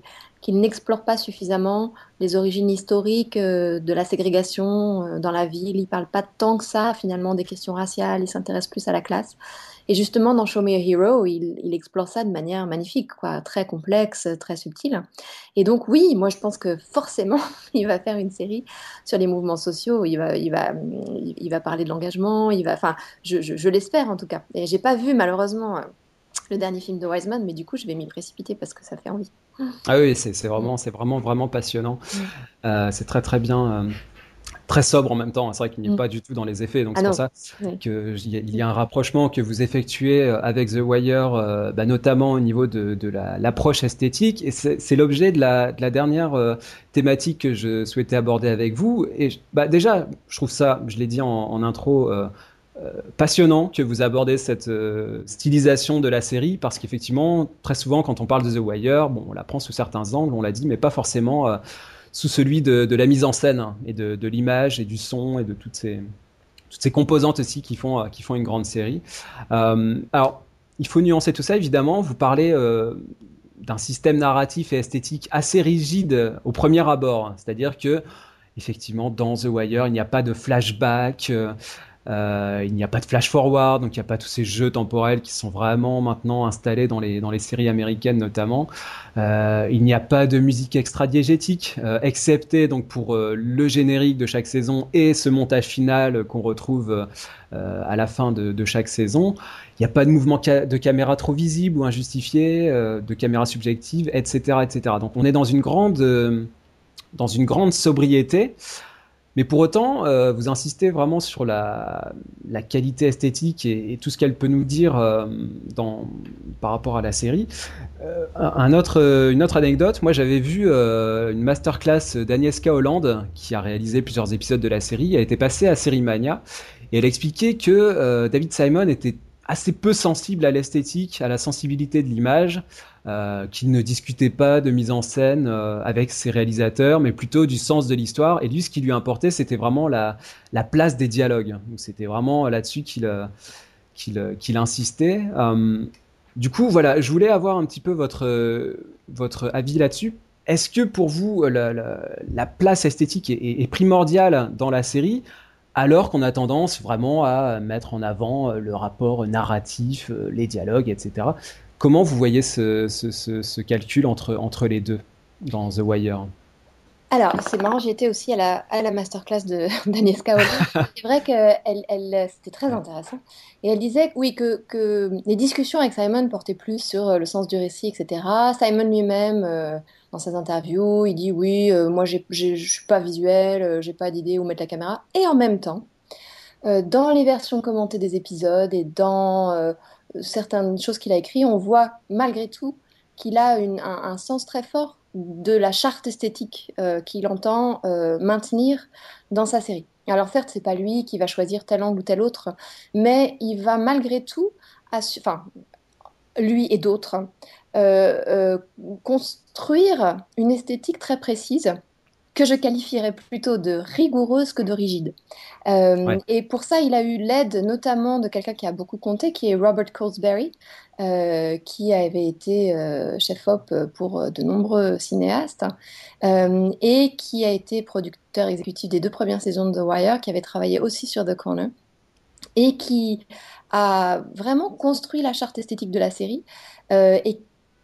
S4: qu'il n'explore pas suffisamment les origines historiques euh, de la ségrégation euh, dans la ville. Il parle pas tant que ça, finalement, des questions raciales. Il s'intéresse plus à la classe. Et justement, dans Show Me a Hero, il, il explore ça de manière magnifique, quoi, très complexe, très subtile. Et donc, oui, moi, je pense que forcément, il va faire une série sur les mouvements sociaux. Il va, il va, il va parler de l'engagement. Il va, enfin, je, je, je l'espère en tout cas. Et j'ai pas vu malheureusement euh, le dernier film de Wiseman, mais du coup, je vais m'y précipiter parce que ça fait envie.
S3: Ah oui, c'est c'est
S4: Mm.
S3: vraiment, c'est vraiment, vraiment passionnant.
S4: Mm.
S3: Euh, c'est très, très bien. Euh, très sobre en même temps. C'est vrai qu'il n'y est
S4: Mm.
S3: pas du tout dans les effets. Donc
S4: Ah
S3: c'est pour
S4: non.
S3: ça
S4: Oui.
S3: qu'il y, a- il y a un rapprochement que vous effectuez euh, avec The Wire, euh, bah, notamment au niveau de, de la- l'approche esthétique. Et c'est c'est l'objet de la, de la dernière euh, thématique que je souhaitais aborder avec vous. Et je- bah, déjà, je trouve ça, je l'ai dit en, en intro, euh, euh, passionnant que vous abordez cette euh, stylisation de la série, parce qu'effectivement, très souvent, quand on parle de The Wire, bon, on la prend sous certains angles, on l'a dit, mais pas forcément euh, sous celui de, de la mise en scène hein, et de, de l'image et du son et de toutes ces, toutes ces composantes aussi qui font, euh, qui font une grande série. Euh, alors, il faut nuancer tout ça, évidemment. Vous parlez euh, d'un système narratif et esthétique assez rigide au premier abord. C'est-à-dire que, effectivement, dans The Wire, il n'y a pas de flashback. Euh, euh, il n'y a pas de flash forward, donc il n'y a pas tous ces jeux temporels qui sont vraiment maintenant installés dans les, dans les séries américaines notamment. Euh, il n'y a pas de musique extra-diégétique, euh, excepté donc pour euh, le générique de chaque saison et ce montage final qu'on retrouve euh, à la fin de, de chaque saison. Il n'y a pas de mouvement ca- de caméra trop visible ou injustifié, euh, de caméra subjective, et cetera, et cetera. Donc on est dans une grande, euh, dans une grande sobriété. Mais pour autant, euh, vous insistez vraiment sur la, la qualité esthétique et, et tout ce qu'elle peut nous dire euh, dans, par rapport à la série. Euh, un autre, euh, une autre anecdote, moi j'avais vu euh, une masterclass d'Agnieszka Holland qui a réalisé plusieurs épisodes de la série. Elle était passée à Série Mania et elle expliquait que euh, David Simon était assez peu sensible à l'esthétique, à la sensibilité de l'image, euh, qu'il ne discutait pas de mise en scène euh, avec ses réalisateurs, mais plutôt du sens de l'histoire. Et lui, ce qui lui importait, c'était vraiment la, la place des dialogues. Donc c'était vraiment là-dessus qu'il euh, qu'il euh, qu'il insistait. Euh, du coup, voilà, je voulais avoir un petit peu votre, euh, votre avis là-dessus. Est-ce que pour vous, la, la, la place esthétique est, est, est primordiale dans la série, alors qu'on a tendance vraiment à mettre en avant le rapport narratif, les dialogues, et cetera. Comment vous voyez ce, ce, ce, ce calcul entre, entre les deux dans The Wire?
S4: Alors, c'est marrant, j'étais aussi à la, à la masterclass de d'Agnieszka Holland. C'est vrai que elle, elle, c'était très intéressant. Et elle disait que, oui, que, que les discussions avec Simon portaient plus sur euh, le sens du récit, et cetera. Simon lui-même, euh, dans ses interviews, il dit oui, euh, moi, j'ai, j'ai, je suis pas visuel, euh, j'ai pas d'idée où mettre la caméra. Et en même temps, euh, dans les versions commentées des épisodes et dans euh, certaines choses qu'il a écrites, on voit malgré tout qu'il a une- un, un sens très fort de la charte esthétique euh, qu'il entend euh, maintenir dans sa série. Alors certes, c'est pas lui qui va choisir tel angle ou tel autre, mais il va malgré tout, assu- enfin lui et d'autres, euh, euh, construire une esthétique très précise que je qualifierais plutôt de rigoureuse que de rigide. Euh,
S3: Ouais.
S4: et pour ça, il a eu l'aide notamment de quelqu'un qui a beaucoup compté, qui est Robert Colesberry, euh, qui avait été euh, chef-op pour de nombreux cinéastes euh, et qui a été producteur exécutif des deux premières saisons de The Wire, qui avait travaillé aussi sur The Corner et qui a vraiment construit la charte esthétique de la série euh, et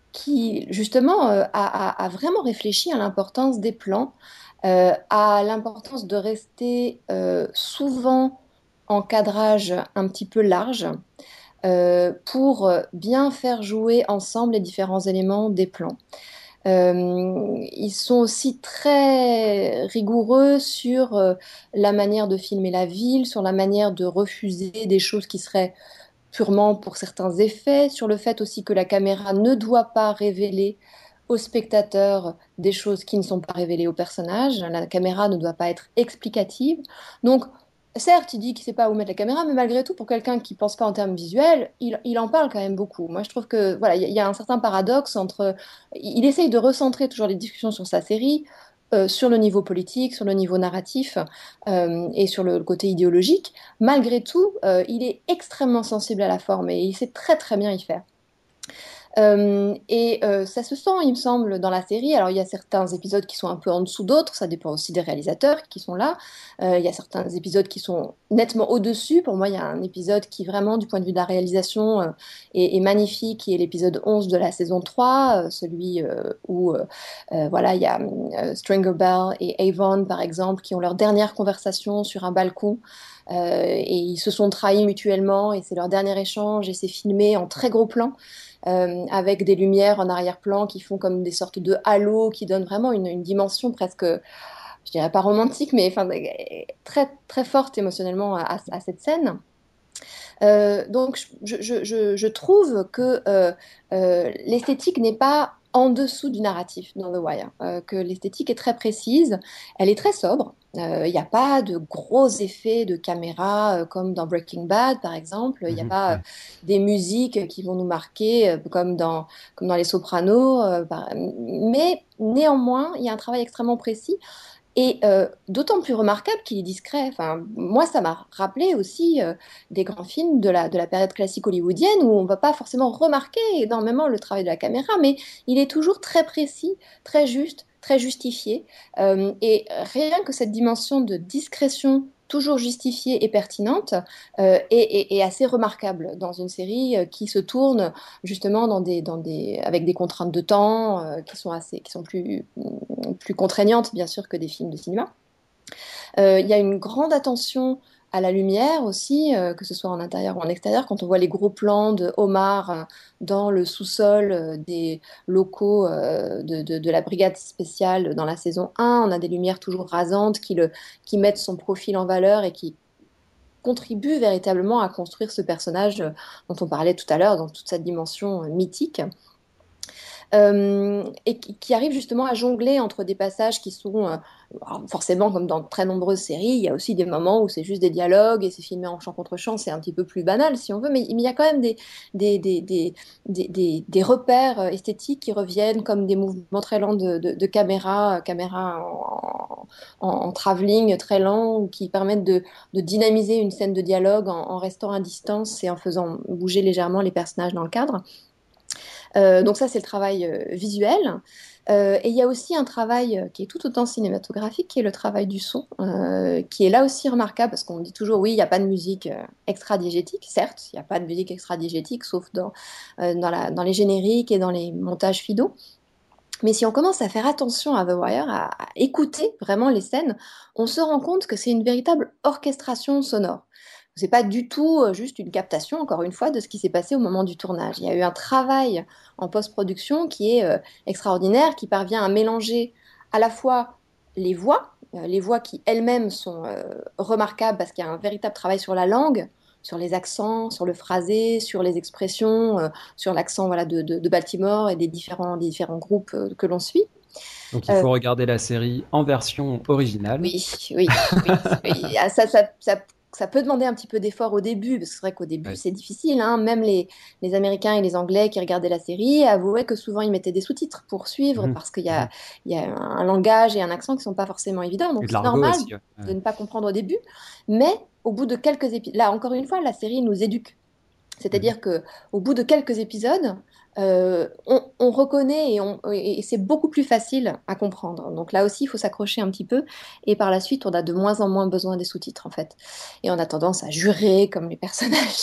S4: qui justement euh, a, a- a vraiment réfléchi à l'importance des plans, euh, à l'importance de rester euh, souvent en cadrage un petit peu large euh, pour bien faire jouer ensemble les différents éléments des plans. Euh, ils sont aussi très rigoureux sur euh, la manière de filmer la ville, sur la manière de refuser des choses qui seraient purement pour certains effets, sur le fait aussi que la caméra ne doit pas révéler au spectateur des choses qui ne sont pas révélées au personnage. La caméra ne doit pas être explicative. Donc, certes, il dit qu'il ne sait pas où mettre la caméra, mais malgré tout, pour quelqu'un qui ne pense pas en termes visuels, il, il en parle quand même beaucoup. Moi, je trouve que voilà, il y, y a un certain paradoxe entre. Il essaye de recentrer toujours les discussions sur sa série, euh, sur le niveau politique, sur le niveau narratif euh, et sur le côté idéologique. Malgré tout, euh, il est extrêmement sensible à la forme et il sait très très bien y faire. Euh, et euh, ça se sent, il me semble, dans la série. Alors, il y a certains épisodes qui sont un peu en dessous d'autres, ça dépend aussi des réalisateurs qui sont là. Euh, il y a certains épisodes qui sont nettement au-dessus. Pour moi, il y a un épisode qui, vraiment, du point de vue de la réalisation, euh, est, est magnifique, qui est l'épisode onze de la saison trois, euh, celui euh, où euh, euh, voilà, il y a euh, Stringer Bell et Avon, par exemple, qui ont leur dernière conversation sur un balcon. Euh, et ils se sont trahis mutuellement, et c'est leur dernier échange, et c'est filmé en très gros plan euh, avec des lumières en arrière-plan qui font comme des sortes de halos, qui donnent vraiment une, une dimension presque, je dirais pas romantique, mais enfin, très, très forte émotionnellement à, à cette scène. Euh, donc, je, je, je, je trouve que euh, euh, l'esthétique n'est pas en dessous du narratif dans The Wire, euh, que l'esthétique est très précise, elle est très sobre. Il n'y a pas de gros effets de caméra euh, comme dans Breaking Bad, par exemple. Il n'y a
S3: Mhm,
S4: pas euh,
S3: ouais.
S4: des musiques qui vont nous marquer euh, comme dans, comme dans Les Sopranos. Euh, par- Mais néanmoins, il y a un travail extrêmement précis et euh, d'autant plus remarquable qu'il est discret. Enfin, moi, ça m'a rappelé aussi euh, des grands films de la, de la période classique hollywoodienne où on ne va pas forcément remarquer énormément le travail de la caméra, mais il est toujours très précis, très juste, très justifié. Euh, et rien que cette dimension de discrétion toujours justifiée et pertinente euh, est, est- est assez remarquable dans une série euh, qui se tourne justement dans des, dans des, avec des contraintes de temps euh, qui sont assez, qui sont plus, plus contraignantes bien sûr que des films de cinéma. Euh, Il y a une grande attention à la lumière aussi, euh, que ce soit en intérieur ou en extérieur. Quand on voit les gros plans de Omar euh, dans le sous-sol euh, des locaux euh, de, de- de la brigade spéciale dans la saison un, on a des lumières toujours rasantes qui, le, qui mettent son profil en valeur et qui contribuent véritablement à construire ce personnage euh, dont on parlait tout à l'heure dans toute sa dimension euh, mythique euh, et qui, qui arrive justement à jongler entre des passages qui sont euh, alors, forcément comme dans de très nombreuses séries, il y a aussi des moments où c'est juste des dialogues et c'est filmé en chant contre chant, c'est un petit peu plus banal si on veut, mais, mais il y a quand même des, des, des, des, des, des- des repères euh, esthétiques qui reviennent comme des mouvements très lents de, de, de caméra, euh, caméra en, en, en travelling très lent, ou qui permettent de, de dynamiser une scène de dialogue en, en restant à distance et en faisant bouger légèrement les personnages dans le cadre. Euh, donc ça, c'est le travail euh, visuel. Euh, et il y a aussi un travail euh, qui est tout autant cinématographique, qui est le travail du son, euh, qui est là aussi remarquable, parce qu'on dit toujours, oui, il n'y a pas de musique euh, extra-diégétique. Certes, il n'y a pas de musique extra-diégétique, sauf dans, euh, dans, la- dans les génériques et dans les montages finaux. Mais si on commence à faire attention à The Wire, à, à écouter vraiment les scènes, on se rend compte que c'est une véritable orchestration sonore. C'est pas du tout euh, juste une captation, encore une fois, de ce qui s'est passé au moment du tournage. Il y a eu un travail en post-production qui est euh, extraordinaire, qui parvient à mélanger à la fois les voix, euh, les voix qui elles-mêmes sont euh, remarquables parce qu'il y a un véritable travail sur la langue, sur les accents, sur le phrasé, sur les expressions, euh, sur l'accent voilà, de, de- de Baltimore et des différents, des différents groupes euh, que l'on suit.
S3: Donc il
S4: Euh,
S3: faut regarder la série en version originale.
S4: oui, oui, oui, oui. Ah, ça, ça, ça, ça peut demander un petit peu d'effort au début, parce que c'est vrai qu'au début,
S3: Ouais.
S4: c'est difficile, hein. Même les, les Américains et les Anglais qui regardaient la série avouaient que souvent ils mettaient des sous-titres pour suivre,
S3: Mhm,
S4: parce qu'il y a,
S3: mhm.
S4: il y a un langage et un accent qui sont pas forcément évidents.
S3: Et
S4: Donc
S3: de
S4: c'est
S3: l'argot
S4: normal
S3: aussi. Ouais.
S4: de
S3: Ouais.
S4: ne pas comprendre au début, mais au bout de quelques épisodes, là encore une fois, la série nous éduque.
S3: Mhm.
S4: C'est-à-dire que au bout de quelques épisodes, euh, on, on reconnaît et, on- et c'est beaucoup plus facile à comprendre. Donc là aussi, il faut s'accrocher un petit peu. Et par la suite, on a de moins en moins besoin des sous-titres, en fait. Et on a tendance à jurer comme les personnages.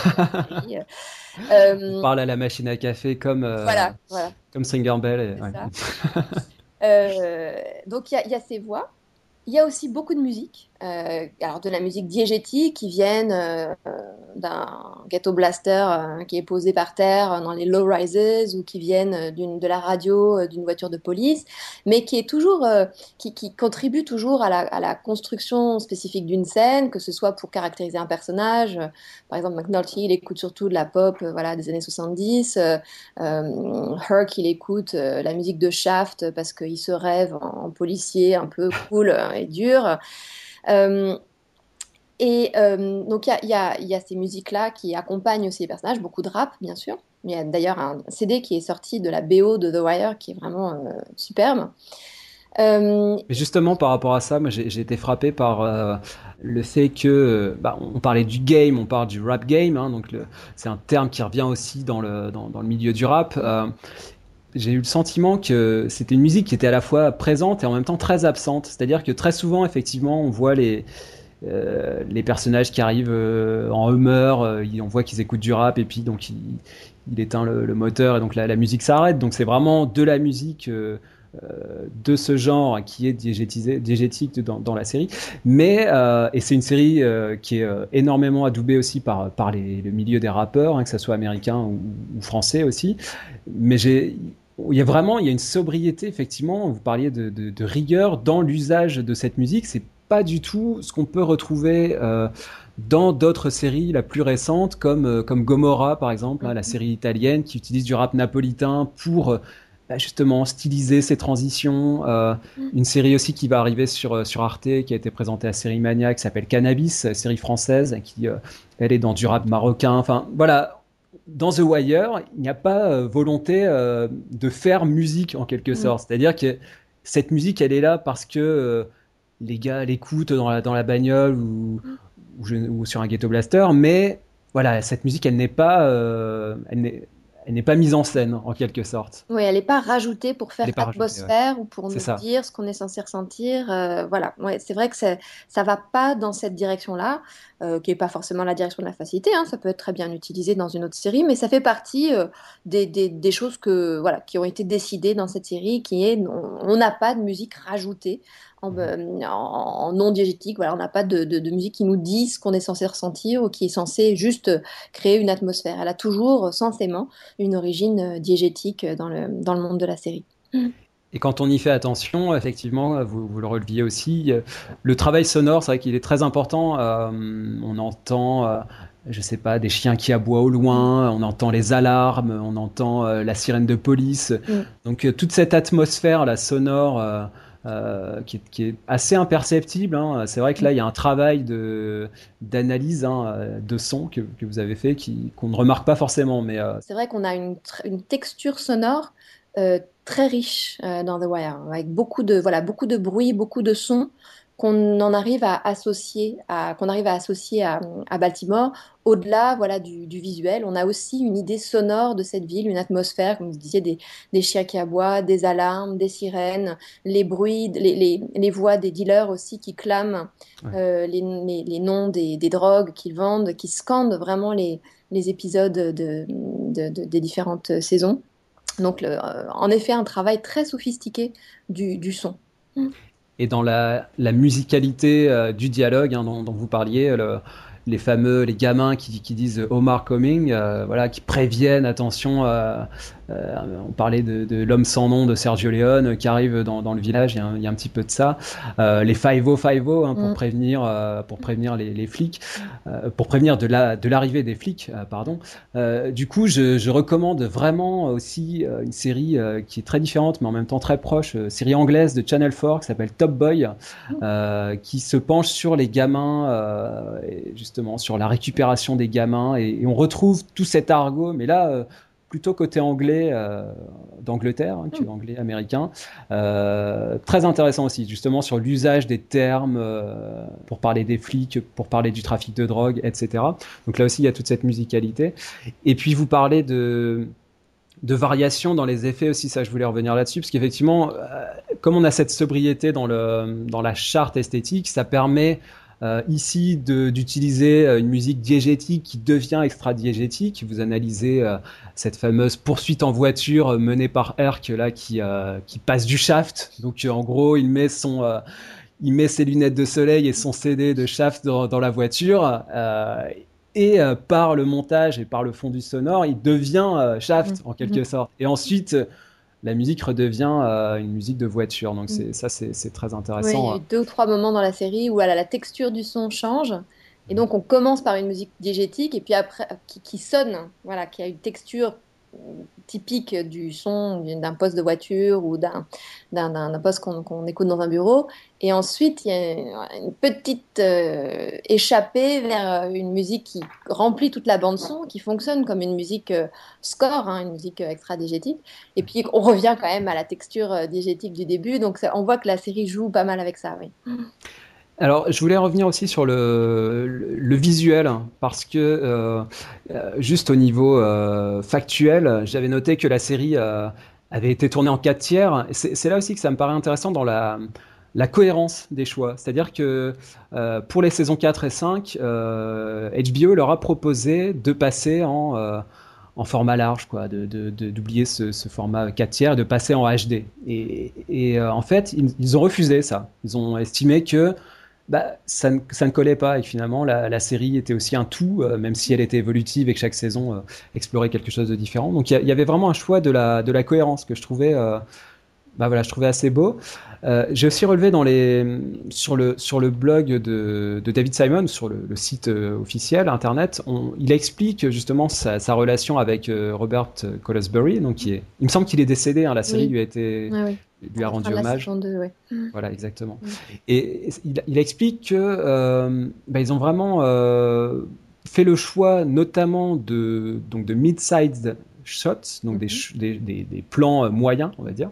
S3: On
S4: Euh,
S3: parle à la machine à café comme, euh,
S4: voilà, voilà,
S3: comme Stringer Bell. Et,
S4: c'est
S3: ouais.
S4: ça. Euh, donc il y a, il y a ces voix. Il y a aussi beaucoup de musique, euh, alors de la musique diégétique qui viennent euh, d'un ghetto blaster euh, qui est posé par terre euh, dans les low rises ou qui viennent euh, d'une, de la radio euh, d'une voiture de police, mais qui est toujours, euh, qui, qui contribue toujours à la, à la construction spécifique d'une scène, que ce soit pour caractériser un personnage. Euh, Par exemple, McNulty, il écoute surtout de la pop, euh, voilà, des années soixante-dix. Euh, euh, Herc, il écoute euh, la musique de Shaft parce qu'il se rêve en, en policier un peu cool euh, et dur. Euh, et euh, donc, il y a, il y a- il y a ces musiques-là qui accompagnent aussi les personnages, beaucoup de rap, bien sûr. Il y a d'ailleurs un C D qui est sorti de la B O de The Wire qui est vraiment euh, superbe. Euh,
S3: Mais justement, par rapport à ça, moi, j'ai, j'ai été frappé par euh, le fait que, bah, on parlait du game, on parle du rap game, hein, donc le, c'est un terme qui revient aussi dans le, dans, dans le milieu du rap. Euh, j'ai eu le sentiment que c'était une musique qui était à la fois présente et en même temps très absente. C'est-à-dire que très souvent, effectivement, on voit les, euh, les personnages qui arrivent euh, en humeur, euh, on voit qu'ils écoutent du rap et puis donc il, il éteint le, le moteur et donc la, la musique s'arrête. Donc c'est vraiment de la musique euh, euh, de ce genre qui est diégétisé, diégétique dans, dans la série. Mais euh, et c'est une série euh, qui est euh, énormément adoubée aussi par par les, le milieu des rappeurs, hein, que ça soit américain ou, ou français aussi. Mais j'ai il y a vraiment il y a une sobriété effectivement. Vous parliez de, de, de rigueur dans l'usage de cette musique. C'est pas du tout ce qu'on peut retrouver euh, dans d'autres séries la plus récentes comme euh, comme Gomorrah par exemple, hein, la série italienne qui utilise du rap napolitain pour euh, bah, justement styliser ses transitions. Euh, une série aussi qui va arriver sur sur Arte qui a été présentée à Série Mania qui s'appelle Cannabis, série française qui euh, elle est dans du rap marocain. Enfin voilà. Dans The Wire, il n'y a pas euh, volonté euh, de faire musique en quelque
S4: mm.
S3: sorte. C'est-à-dire que cette musique, elle est là parce que euh, les gars l'écoutent dans la, dans la bagnole ou, ou, je- ou sur un ghetto blaster, mais voilà, cette musique, elle n'est pas, euh, elle n'est, elle n'est pas mise en scène en quelque sorte.
S4: Oui, elle n'est pas rajoutée pour
S3: Elle
S4: faire
S3: n'est pas rajoutée, ouais.
S4: atmosphère ou pour
S3: C'est
S4: nous
S3: ça.
S4: dire ce qu'on est censé ressentir. Euh, voilà, ouais, c'est vrai que c'est- ça va pas dans cette direction-là, euh, qui n'est pas forcément la direction de la facilité, hein. Ça peut être très bien utilisé dans une autre série, mais ça fait partie euh, des, des- des choses que, voilà, qui ont été décidées dans cette série, qui est on on n'a pas de musique rajoutée en,
S3: Mhm.
S4: euh, en- en non diégétique. Voilà, on n'a pas de, de- de musique qui nous dit ce qu'on est censé ressentir ou qui est censé juste créer une atmosphère. Elle a toujours, censément, une origine euh, diégétique dans le, dans le monde de la série. Mm.
S3: Et quand on y fait attention, effectivement, vous, vous le releviez aussi, euh, le travail sonore, c'est vrai qu'il est très important. Euh, on entend, euh, je sais pas, des chiens qui aboient au loin, on entend les alarmes, on entend euh, la sirène de police.
S4: Mm.
S3: Donc euh, toute cette atmosphère, la sonore, euh, euh, qui, est, qui est assez imperceptible, hein. C'est vrai que là, il y a un travail de, d'analyse, hein, euh, de son que, que vous avez fait, qui, qu'on ne remarque pas forcément. Mais euh,
S4: C'est vrai qu'on a une, tr- une texture sonore euh, très riche euh, dans The Wire, avec beaucoup de, voilà, beaucoup de bruit, beaucoup de sons qu'on en arrive à associer à, qu'on arrive à associer à, à Baltimore. Au-delà, voilà, du, du visuel, on a aussi une idée sonore de cette ville, une atmosphère, comme vous disiez, des, des chiens qui aboient, des alarmes, des sirènes, les bruits, les, les, les voix des dealers aussi qui clament
S3: ouais.
S4: euh, les, les, les noms des, des drogues qu'ils vendent, qui scandent vraiment les, les épisodes de, de- de- des différentes saisons. Donc, le- euh, en effet, un travail très sophistiqué du, du son. Mm.
S3: Et dans la, la musicalité euh, du dialogue, hein, dont, dont vous parliez, le- les fameux, les gamins qui, qui disent Omar coming, euh, voilà, qui préviennent, attention, euh, euh, on parlait de, de l'homme sans nom de Sergio Leone euh, qui arrive dans, dans le village, il y, a un, il y a un petit peu de ça. Euh, les cinquante cinquante, hein, pour
S4: Mm.
S3: prévenir, euh, pour prévenir les, les flics, euh, pour prévenir de la, de l'arrivée des flics, euh, pardon. Euh, du coup, je, je recommande vraiment aussi euh, une série euh, qui est très différente, mais en même temps très proche, euh, série anglaise de Channel quatre qui s'appelle Top Boy, euh, qui se penche sur les gamins, euh, et justement sur la récupération des gamins, et, et on retrouve tout cet argot, mais là, euh, plutôt côté anglais euh, d'Angleterre, hein, que
S4: Mm.
S3: anglais américain. Euh, très intéressant aussi, justement sur l'usage des termes euh, pour parler des flics, pour parler du trafic de drogue, et cetera. Donc là aussi, il y a toute cette musicalité. Et puis vous parlez de de variations dans les effets aussi, ça je voulais revenir là-dessus, parce qu'effectivement, euh, comme on a cette sobriété dans, le, dans la charte esthétique, ça permet euh, ici de, d'utiliser une musique diégétique qui devient extra-diégétique. Vous analysez euh, cette fameuse poursuite en voiture euh, menée par Herc, là, qui, euh, qui passe du Shaft. Donc euh, en gros, il met son... Euh, il met ses lunettes de soleil et son C D de Shaft dans, dans la voiture. Euh, et euh, par le montage et par le fondu sonore, il devient euh, Shaft en quelque
S4: Mm.
S3: sorte. Et ensuite, euh, la musique redevient euh, une musique de voiture. Donc
S4: Mm.
S3: c'est, ça, c'est, c'est très
S4: Oui, il y a
S3: intéressant.
S4: eu deux ou trois moments dans la série où voilà, la texture du son change. Et donc, on commence par une musique diégétique et puis après, qui, qui sonne, voilà, qui a une texture typique du son d'un poste de voiture ou d'un, d'un, d'un- d'un poste qu'on, qu'on écoute dans un bureau. Et ensuite, il y a une petite euh, échappée vers une musique qui remplit toute la bande son, qui fonctionne comme une musique euh, score, hein, une musique euh, extra-diégétique. Et puis, on revient quand même à la texture euh, diégétique du début. Donc, ça- on voit que la série joue pas mal avec ça, oui.
S3: Alors, je voulais revenir aussi sur le, le, le visuel, hein, parce que euh, euh, juste au niveau euh, factuel, j'avais noté que la série euh, avait été tournée en quatre tiers. C'est c'est là aussi que ça me paraît intéressant dans la, la cohérence des choix. C'est-à-dire que euh, pour les saisons quatre et cinq, euh, H B O leur a proposé de passer en, euh, en format large, quoi, de, de, de- d'oublier ce, ce format quatre tiers et de passer en H D. Et, et euh, en fait, ils, ils ont refusé ça. Ils ont estimé que bah, ça ne, ça ne collait pas et que finalement la, la série était aussi un tout, euh, même si elle était évolutive et que chaque saison euh, explorait quelque chose de différent. Donc il y, a- il y avait vraiment un choix de la, de la cohérence que je trouvais, euh, bah voilà, je trouvais assez beau. Euh, j'ai aussi relevé dans les, sur, le, sur le blog de, de David Simon, sur le, le site euh, officiel internet, on, il explique justement sa, sa relation avec euh, Robert Colesbury. Donc qui est, il me semble qu'il est décédé, hein, la série
S4: Oui,
S3: lui a été,
S4: oui, oui.
S3: lui
S4: À
S3: a
S4: la fin
S3: rendu
S4: de la
S3: hommage.
S4: saison deux, oui.
S3: Voilà, exactement. Et il, il explique que euh, bah, ils ont vraiment euh, fait le choix, notamment de donc de mid-sized shots, donc des,
S4: Mhm.
S3: ch- des, des- des plans euh, moyens, on va dire,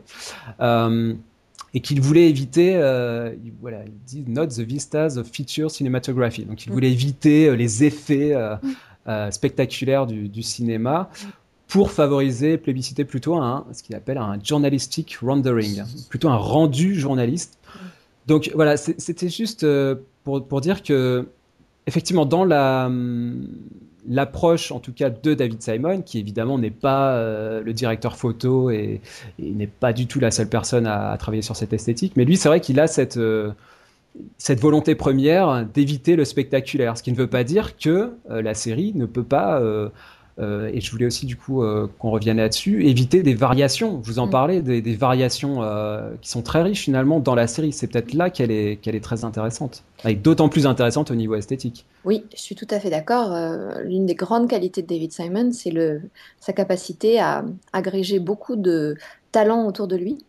S3: euh, et qu'ils voulaient éviter, euh, il- voilà, ils disent not the vistas of feature cinematography. Donc ils voulaient éviter euh, les effets euh, euh, spectaculaires du, du cinéma pour favoriser, plébisciter plutôt un, ce qu'il appelle un journalistic rendering, plutôt un rendu journaliste. Donc voilà, c'est- c'était juste euh, pour, pour dire que, effectivement, dans la, hum, l'approche, en tout cas, de David Simon, qui évidemment n'est pas euh, le directeur photo et, et n'est pas du tout la seule personne à, à travailler sur cette esthétique, mais lui, c'est vrai qu'il a cette, euh, cette volonté première d'éviter le spectaculaire, ce qui ne veut pas dire que euh, la série ne peut pas, euh, euh, et je voulais aussi du coup euh, qu'on revienne là-dessus, éviter des variations. Je vous en
S4: Mm.
S3: parlais, des, des variations euh, qui sont très riches finalement dans la série. C'est peut-être là qu'elle est, qu'elle est très intéressante, avec d'autant plus intéressante au niveau esthétique.
S4: Oui, je suis tout à fait d'accord. Euh, l'une des grandes qualités de David Simon, c'est le, sa capacité à agréger beaucoup de talents autour de lui.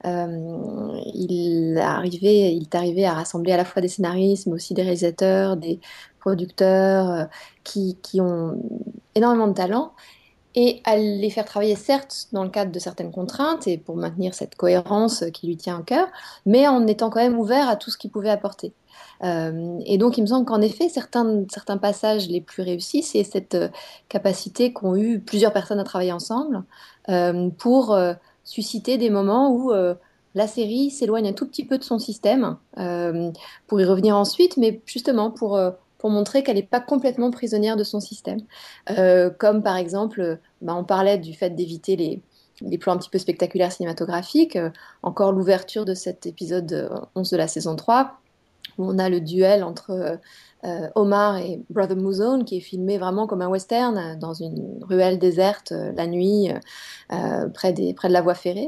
S4: Euh, il est arrivé, il est arrivé à rassembler à la fois des scénaristes, mais aussi des réalisateurs, des producteurs euh, qui, qui ont énormément de talent et à les faire travailler, certes, dans le cadre de certaines contraintes et pour maintenir cette cohérence qui lui tient à cœur, mais en étant quand même ouvert à tout ce qu'il pouvait apporter. Euh, et donc, il me semble qu'en effet, certains, certains passages les plus réussis, c'est cette euh, capacité qu'ont eu plusieurs personnes à travailler ensemble euh, pour euh, susciter des moments où euh, la série s'éloigne un tout petit peu de son système, euh, pour y revenir ensuite, mais justement pour, euh, pour montrer qu'elle n'est pas complètement prisonnière de son système. Euh, comme par exemple, euh, bah, on parlait du fait d'éviter les, les plans un petit peu spectaculaires cinématographiques. Euh, encore l'ouverture de cet épisode euh, onze de la saison trois où on a le duel entre euh, euh, Omar et Brother Mouzone, qui est filmé vraiment comme un western, euh, dans une ruelle déserte, euh, la nuit, euh, euh, près des, près de la voie ferrée.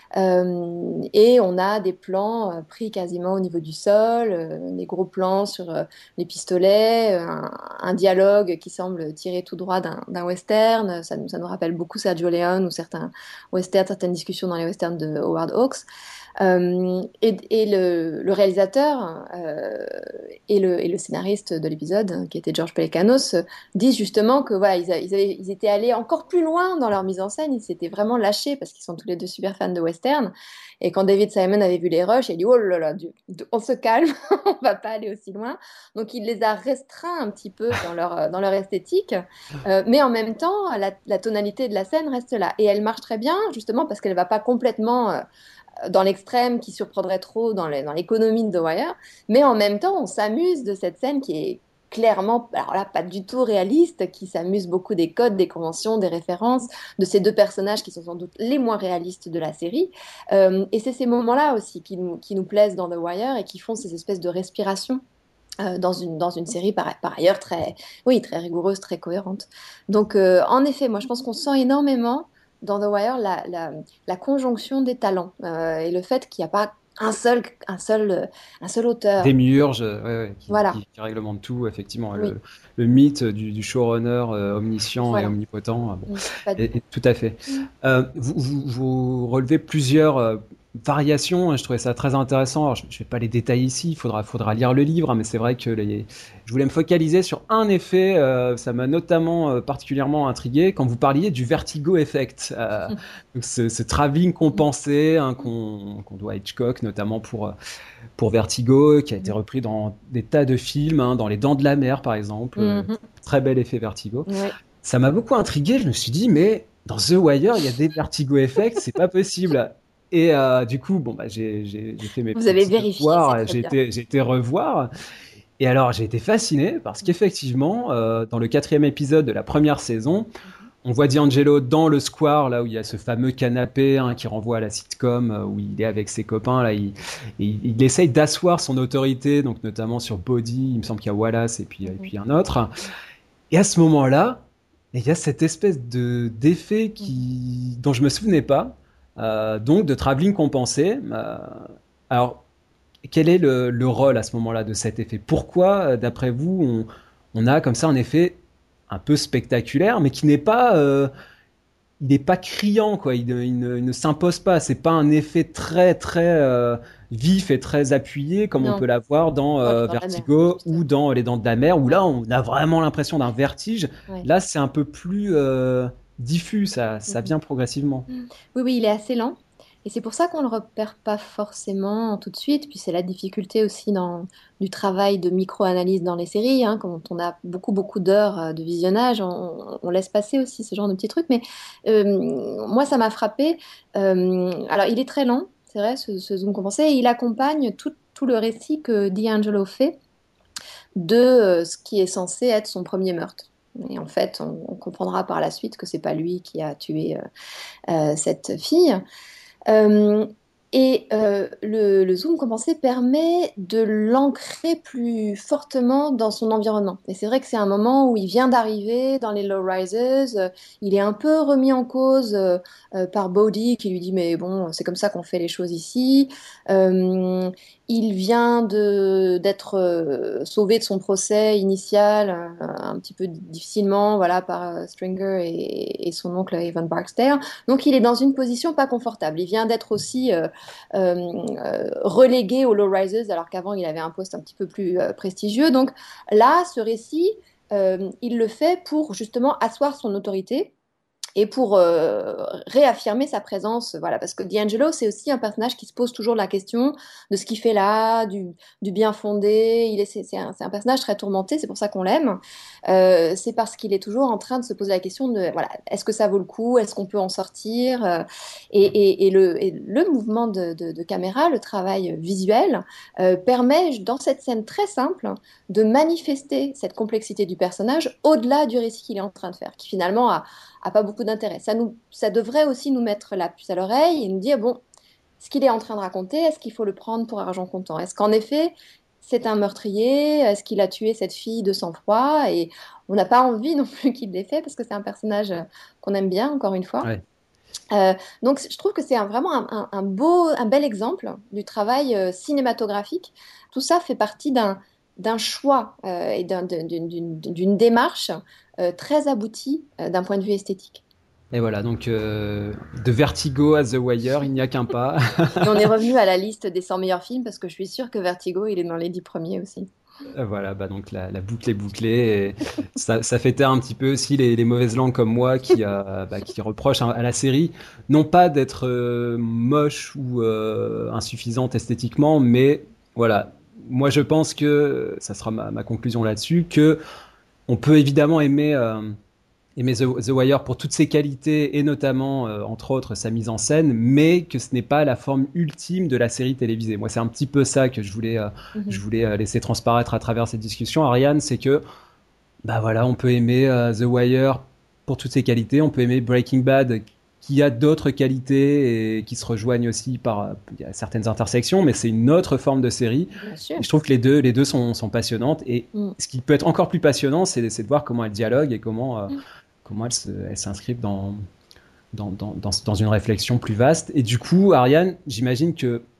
S4: Euh, et on a des plans euh, pris quasiment au niveau du sol, euh, des gros plans sur euh, les pistolets, euh, un, un dialogue qui semble tiré tout droit d'un d'un western. Ça, nous- ça nous rappelle beaucoup Sergio Leone ou certains westerns, certaines discussions dans les westerns de Howard Hawks. Euh, et et le, le réalisateur euh, et, le, et le scénariste de l'épisode, hein, qui était George Pelecanos, euh, disent justement que voilà, ils, a- ils avaient- ils étaient allés encore plus loin dans leur mise en scène, ils s'étaient vraiment lâchés parce qu'ils sont tous les deux super fans de western. Et quand David Simon avait vu les rushs, il a dit oh là là, du- du- on se calme, on va pas aller aussi loin. Donc il les a restreints un petit peu dans leur, euh, dans leur esthétique, euh, mais en même temps, la, la tonalité de la scène reste là. Et elle marche très bien, justement parce qu'elle va pas complètement euh, dans l'extrême qui surprendrait trop dans les- dans l'économie de The Wire, mais en même temps, on s'amuse de cette scène qui est clairement, alors là, pas du tout réaliste, qui s'amuse beaucoup des codes, des conventions, des références, de ces deux personnages qui sont sans doute les moins réalistes de la série. Euh, et c'est ces moments-là aussi qui nous, qui nous plaisent dans The Wire et qui font ces espèces de respiration. euh, dans une, dans une série par, par ailleurs très, oui, très rigoureuse, très cohérente. Donc, euh, en effet, moi, je pense qu'on sent énormément dans The Wire la, la, la conjonction des talents euh, et le fait qu'il n'y a pas un seul, un seul, euh, un seul auteur.
S3: Démiurge, euh, ouais, ouais, qui,
S4: Voilà.
S3: qui, qui réglemente tout, effectivement.
S4: Oui.
S3: Le, le mythe du, du showrunner euh, omniscient et
S4: Voilà.
S3: omnipotent, euh, bon,
S4: Mm. Pas
S3: et, et tout à fait. Euh, vous, vous, vous relevez plusieurs euh, variations, hein, je trouvais ça très intéressant. Alors, je ne vais pas les détailler ici, il faudra, faudra lire le livre, hein, mais c'est vrai que les... je voulais me focaliser sur un effet, euh, ça m'a notamment euh, particulièrement intrigué, quand vous parliez du vertigo effect, euh, donc ce, ce travelling compensé hein, qu'on qu'on doit à Hitchcock, notamment pour, euh, pour Vertigo, qui a été repris dans des tas de films, hein, dans Les Dents de la Mer par exemple, euh,
S4: Mhm.
S3: très bel effet Vertigo.
S4: Ouais.
S3: Ça m'a beaucoup intrigué, je me suis dit, mais dans The Wire, il y a des Vertigo effects, c'est pas possible. Et euh, du coup, bon, bah, j'ai j'ai- j'ai fait mes,
S4: Vous
S3: mes
S4: avez
S3: petits
S4: vérifié,
S3: devoirs,
S4: c'est très
S3: j'ai
S4: bien.
S3: été, j'ai été revoir. Et alors, j'ai été fasciné parce qu'effectivement, euh, dans le quatrième épisode de la première saison, on voit D'Angelo dans le square, là où il y a ce fameux canapé hein, qui renvoie à la sitcom, euh, où il est avec ses copains. Là, il, il, il essaye d'asseoir son autorité, donc notamment sur Bodhi, il me semble qu'il y a Wallace et puis, et puis un autre. Et à ce moment-là, il y a cette espèce de d'effet qui, dont je me souvenais pas, euh, donc de travelling compensé. Euh, alors, quel est le, le rôle à ce moment-là de cet effet? Pourquoi, euh, d'après vous, on, on a comme ça un effet un peu spectaculaire, mais qui n'est pas, euh, il n'est pas criant, quoi. Il, ne- il ne, il ne s'impose pas. C'est pas un effet très très euh, vif et très appuyé comme on
S4: Non,
S3: peut l'avoir dans
S4: dans les
S3: euh,
S4: dents de la mer,
S3: Vertigo
S4: juste.
S3: ou dans Les Dents de la Mer, où
S4: Ouais.
S3: là on a vraiment l'impression d'un vertige.
S4: Ouais.
S3: Là, c'est un peu plus euh, diffus. Ça, ça
S4: Mhm.
S3: vient progressivement.
S4: Oui, oui, il est assez lent. Et c'est pour ça qu'on ne le repère pas forcément tout de suite. Puis c'est la difficulté aussi dans, du travail de micro-analyse dans les séries. Hein, quand on a beaucoup, beaucoup d'heures euh, de visionnage, on, on laisse passer aussi ce genre de petits trucs. Mais euh, moi, ça m'a frappé. Euh, alors, il est très lent, c'est vrai, ce, ce zoom compensé. Et il accompagne tout, tout le récit que D'Angelo fait de euh, ce qui est censé être son premier meurtre. Et en fait, on, on comprendra par la suite que c'est pas lui qui a tué euh, euh, cette fille. Euh, et euh, le, le zoom compensé permet de l'ancrer plus fortement dans son environnement. Et c'est vrai que c'est un moment où il vient d'arriver dans les low-rises, euh, il est un peu remis en cause euh, euh, par Bodhi qui lui dit mais bon, c'est comme ça qu'on fait les choses ici. Euh, il vient de d'être euh, sauvé de son procès initial, euh, un petit peu difficilement, voilà, par euh, Stringer et, et son oncle Evan Barksdale. Donc il est dans une position pas confortable. Il vient d'être aussi euh, euh, euh, relégué aux low-rises, alors qu'avant il avait un poste un petit peu plus euh, prestigieux. Donc là, ce récit, euh, il le fait pour justement asseoir son autorité et pour euh, réaffirmer sa présence, voilà, parce que D'Angelo, c'est aussi un personnage qui se pose toujours la question de ce qu'il fait là, du, du bien fondé. Il est, c'est, c'est un, c'est un personnage très tourmenté, c'est pour ça qu'on l'aime. Euh, c'est parce qu'il est toujours en train de se poser la question de, voilà, est-ce que ça vaut le coup, est-ce qu'on peut en sortir euh, et, et, et, le, et le mouvement de, de, de caméra, le travail visuel, euh, permet, dans cette scène très simple, de manifester cette complexité du personnage au-delà du récit qu'il est en train de faire, qui finalement a a pas beaucoup d'intérêt. Ça, nous, ça devrait aussi nous mettre la puce à l'oreille et nous dire, bon, ce qu'il est en train de raconter, est-ce qu'il faut le prendre pour argent comptant? Est-ce qu'en effet, c'est un meurtrier? Est-ce qu'il a tué cette fille de sang-froid? Et on n'a pas envie non plus qu'il l'ait fait parce que c'est un personnage euh, qu'on aime bien, encore une fois.
S3: Ouais.
S4: Euh, donc je trouve que c'est un- vraiment un, un- un beau, un bel exemple du travail euh, cinématographique. Tout ça fait partie d'un d'un choix euh, et d'un- d'une d'une- d'une démarche euh, très aboutie euh, d'un point de vue esthétique.
S3: Et voilà, donc euh, de Vertigo à The Wire, il n'y a qu'un pas.
S4: Et on est revenu à la liste des cent meilleurs films parce que je suis sûre que Vertigo, il est dans les dix premiers aussi.
S3: Voilà, bah donc la, la boucle est bouclée. Et ça, ça fait taire un petit peu aussi les, les mauvaises langues comme moi qui, euh, bah, qui reprochent à, à la série, non pas d'être euh, moche ou euh, insuffisante esthétiquement, mais voilà. Moi, je pense que ça sera ma, ma conclusion là-dessus, que on peut évidemment aimer euh, aimer The, The Wire pour toutes ses qualités et notamment, euh, entre autres, sa mise en scène, mais que ce n'est pas la forme ultime de la série télévisée. Moi, c'est un petit peu ça que je voulais, euh, je
S4: Mhm.
S3: voulais euh, laisser transparaître à travers cette discussion, Ariane, c'est que, bah voilà, on peut aimer euh, The Wire pour toutes ses qualités, on peut aimer Breaking Bad qui a d'autres qualités et qui se rejoignent aussi par euh, il y a certaines intersections, mais c'est une autre forme de série.
S4: Bien sûr.
S3: Et je trouve que les deux, les deux sont, sont passionnantes. Et
S4: Mm.
S3: ce qui peut être encore plus passionnant, c'est, c'est de voir comment elles dialoguent et comment, euh, comment elles, se, elles s'inscrivent dans, dans, dans, dans, dans une réflexion plus vaste. Et du coup, Ariane, j'imagine que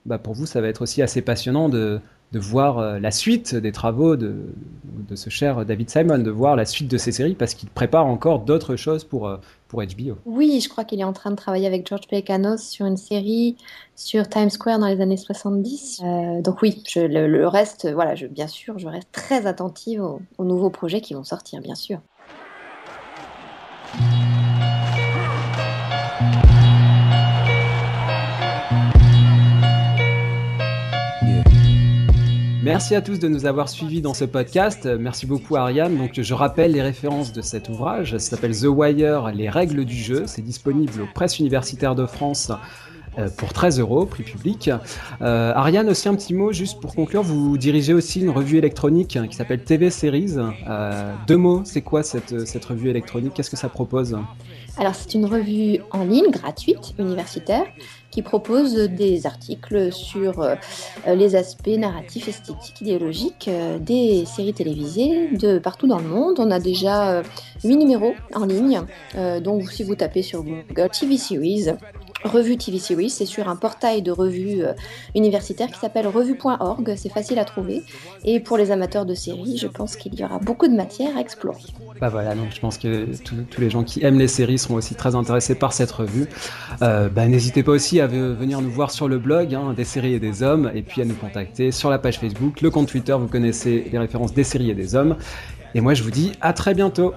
S3: bah, pour vous, ça va être aussi assez passionnant de, de voir euh, la suite des travaux de, de ce cher David Simon, de voir la suite de ces séries, parce qu'il prépare encore d'autres choses pour, euh, pour H B O.
S4: Oui, je crois qu'il est en train de travailler avec George Pelecanos sur une série sur Times Square dans les années soixante-dix. Euh, donc oui, je, le, le reste, voilà, je, bien sûr, je reste très attentive aux, aux nouveaux projets qui vont sortir, bien sûr.
S3: Merci à tous de nous avoir suivis dans ce podcast. Merci beaucoup Ariane. Donc, je rappelle les références de cet ouvrage. Ça s'appelle The Wire, les règles du jeu. C'est disponible aux presses universitaires de France euh, pour treize euros, prix public. Euh, Ariane, aussi un petit mot juste pour conclure. Vous dirigez aussi une revue électronique qui s'appelle T V Series. Euh, deux mots, c'est quoi cette, cette revue électronique? Qu'est-ce que ça propose?
S4: Alors, c'est une revue en ligne, gratuite, universitaire, qui propose des articles sur euh, les aspects narratifs, esthétiques, idéologiques euh, des séries télévisées de partout dans le monde. On a déjà euh, huit numéros en ligne, euh, donc si vous tapez sur Google T V Series, revue T V Series, c'est sur un portail de revue euh, universitaire qui s'appelle revue point org, c'est facile à trouver. Et pour les amateurs de séries, je pense qu'il y aura beaucoup de matière à explorer.
S3: Bah voilà, donc je pense que tous les gens qui aiment les séries seront aussi très intéressés par cette revue. Euh, bah, n'hésitez pas aussi à v- venir nous voir sur le blog, hein, Des séries et des hommes, et puis à nous contacter sur la page Facebook, le compte Twitter, vous connaissez les références Des séries et des hommes. Et moi je vous dis à très bientôt.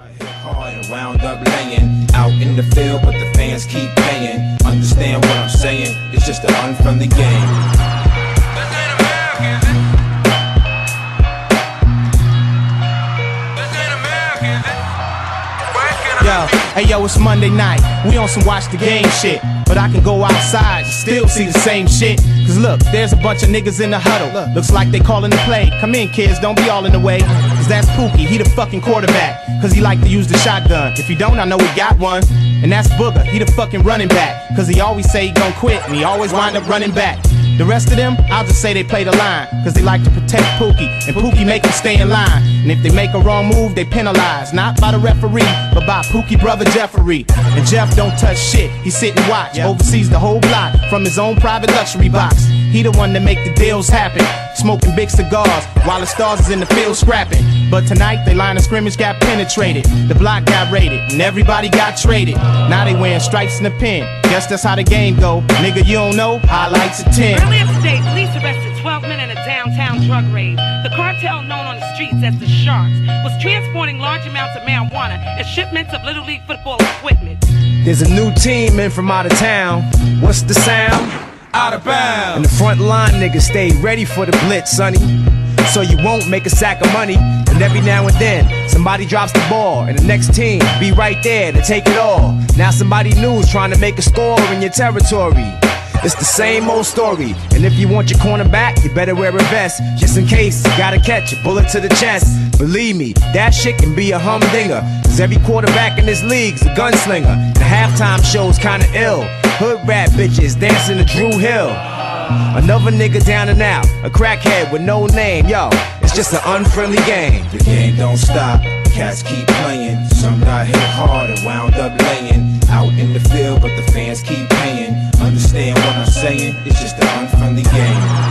S5: Yo, hey yo, it's Monday night. We on some watch the game shit. But I can go outside and still see the same shit. Cause look, there's a bunch of niggas in the huddle. Looks like they calling the play. Come in, kids, don't be all in the way. Cause that's Pookie, he the fucking quarterback. Cause he like to use the shotgun. If you don't, I know he got one. And that's Booger, he the fucking running back. Cause he always say he gon' quit and he always wind up running back. The rest of them, I'll just say they play the line. Cause they like to protect Pookie, and Pookie make him stay in line. And if they make a wrong move, they penalize. Not by the referee, but by Pookie brother Jeffrey. And Jeff don't touch shit, he sit and watch. Oversees the whole block from his own private luxury box. He the one that make the deals happen. Smoking big cigars while the stars is in the field scrapping. But tonight, they line of scrimmage got penetrated. The block got raided, and everybody got traded. Now they wearing stripes in the pen. Guess that's how the game go. Nigga, you don't know? Highlights at ten.
S6: Earlier today, police arrested twelve men in a downtown drug raid. The cartel known on the streets as the Sharks was transporting large amounts of marijuana and shipments of Little League football equipment.
S5: There's a new team in from out of town. What's the sound? Out of bounds. And the front line niggas stay ready for the blitz, sonny. So you won't make a sack of money. And every now and then, somebody drops the ball, and the next team be right there to take it all. Now somebody new's trying to make a score in your territory. It's the same old story. And if you want your cornerback, you better wear a vest, just in case you gotta catch a bullet to the chest. Believe me, that shit can be a humdinger. Cause every quarterback in this league's a gunslinger. The halftime show's kinda ill. Hood rat bitches dancing to Drew Hill. Another nigga down and out, a crackhead with no name. Yo, it's just an unfriendly game.
S7: The game don't stop, cats keep playing. Some got hit hard and wound up laying out in the field, but the fans keep paying. Understand what I'm saying? It's just an unfriendly game.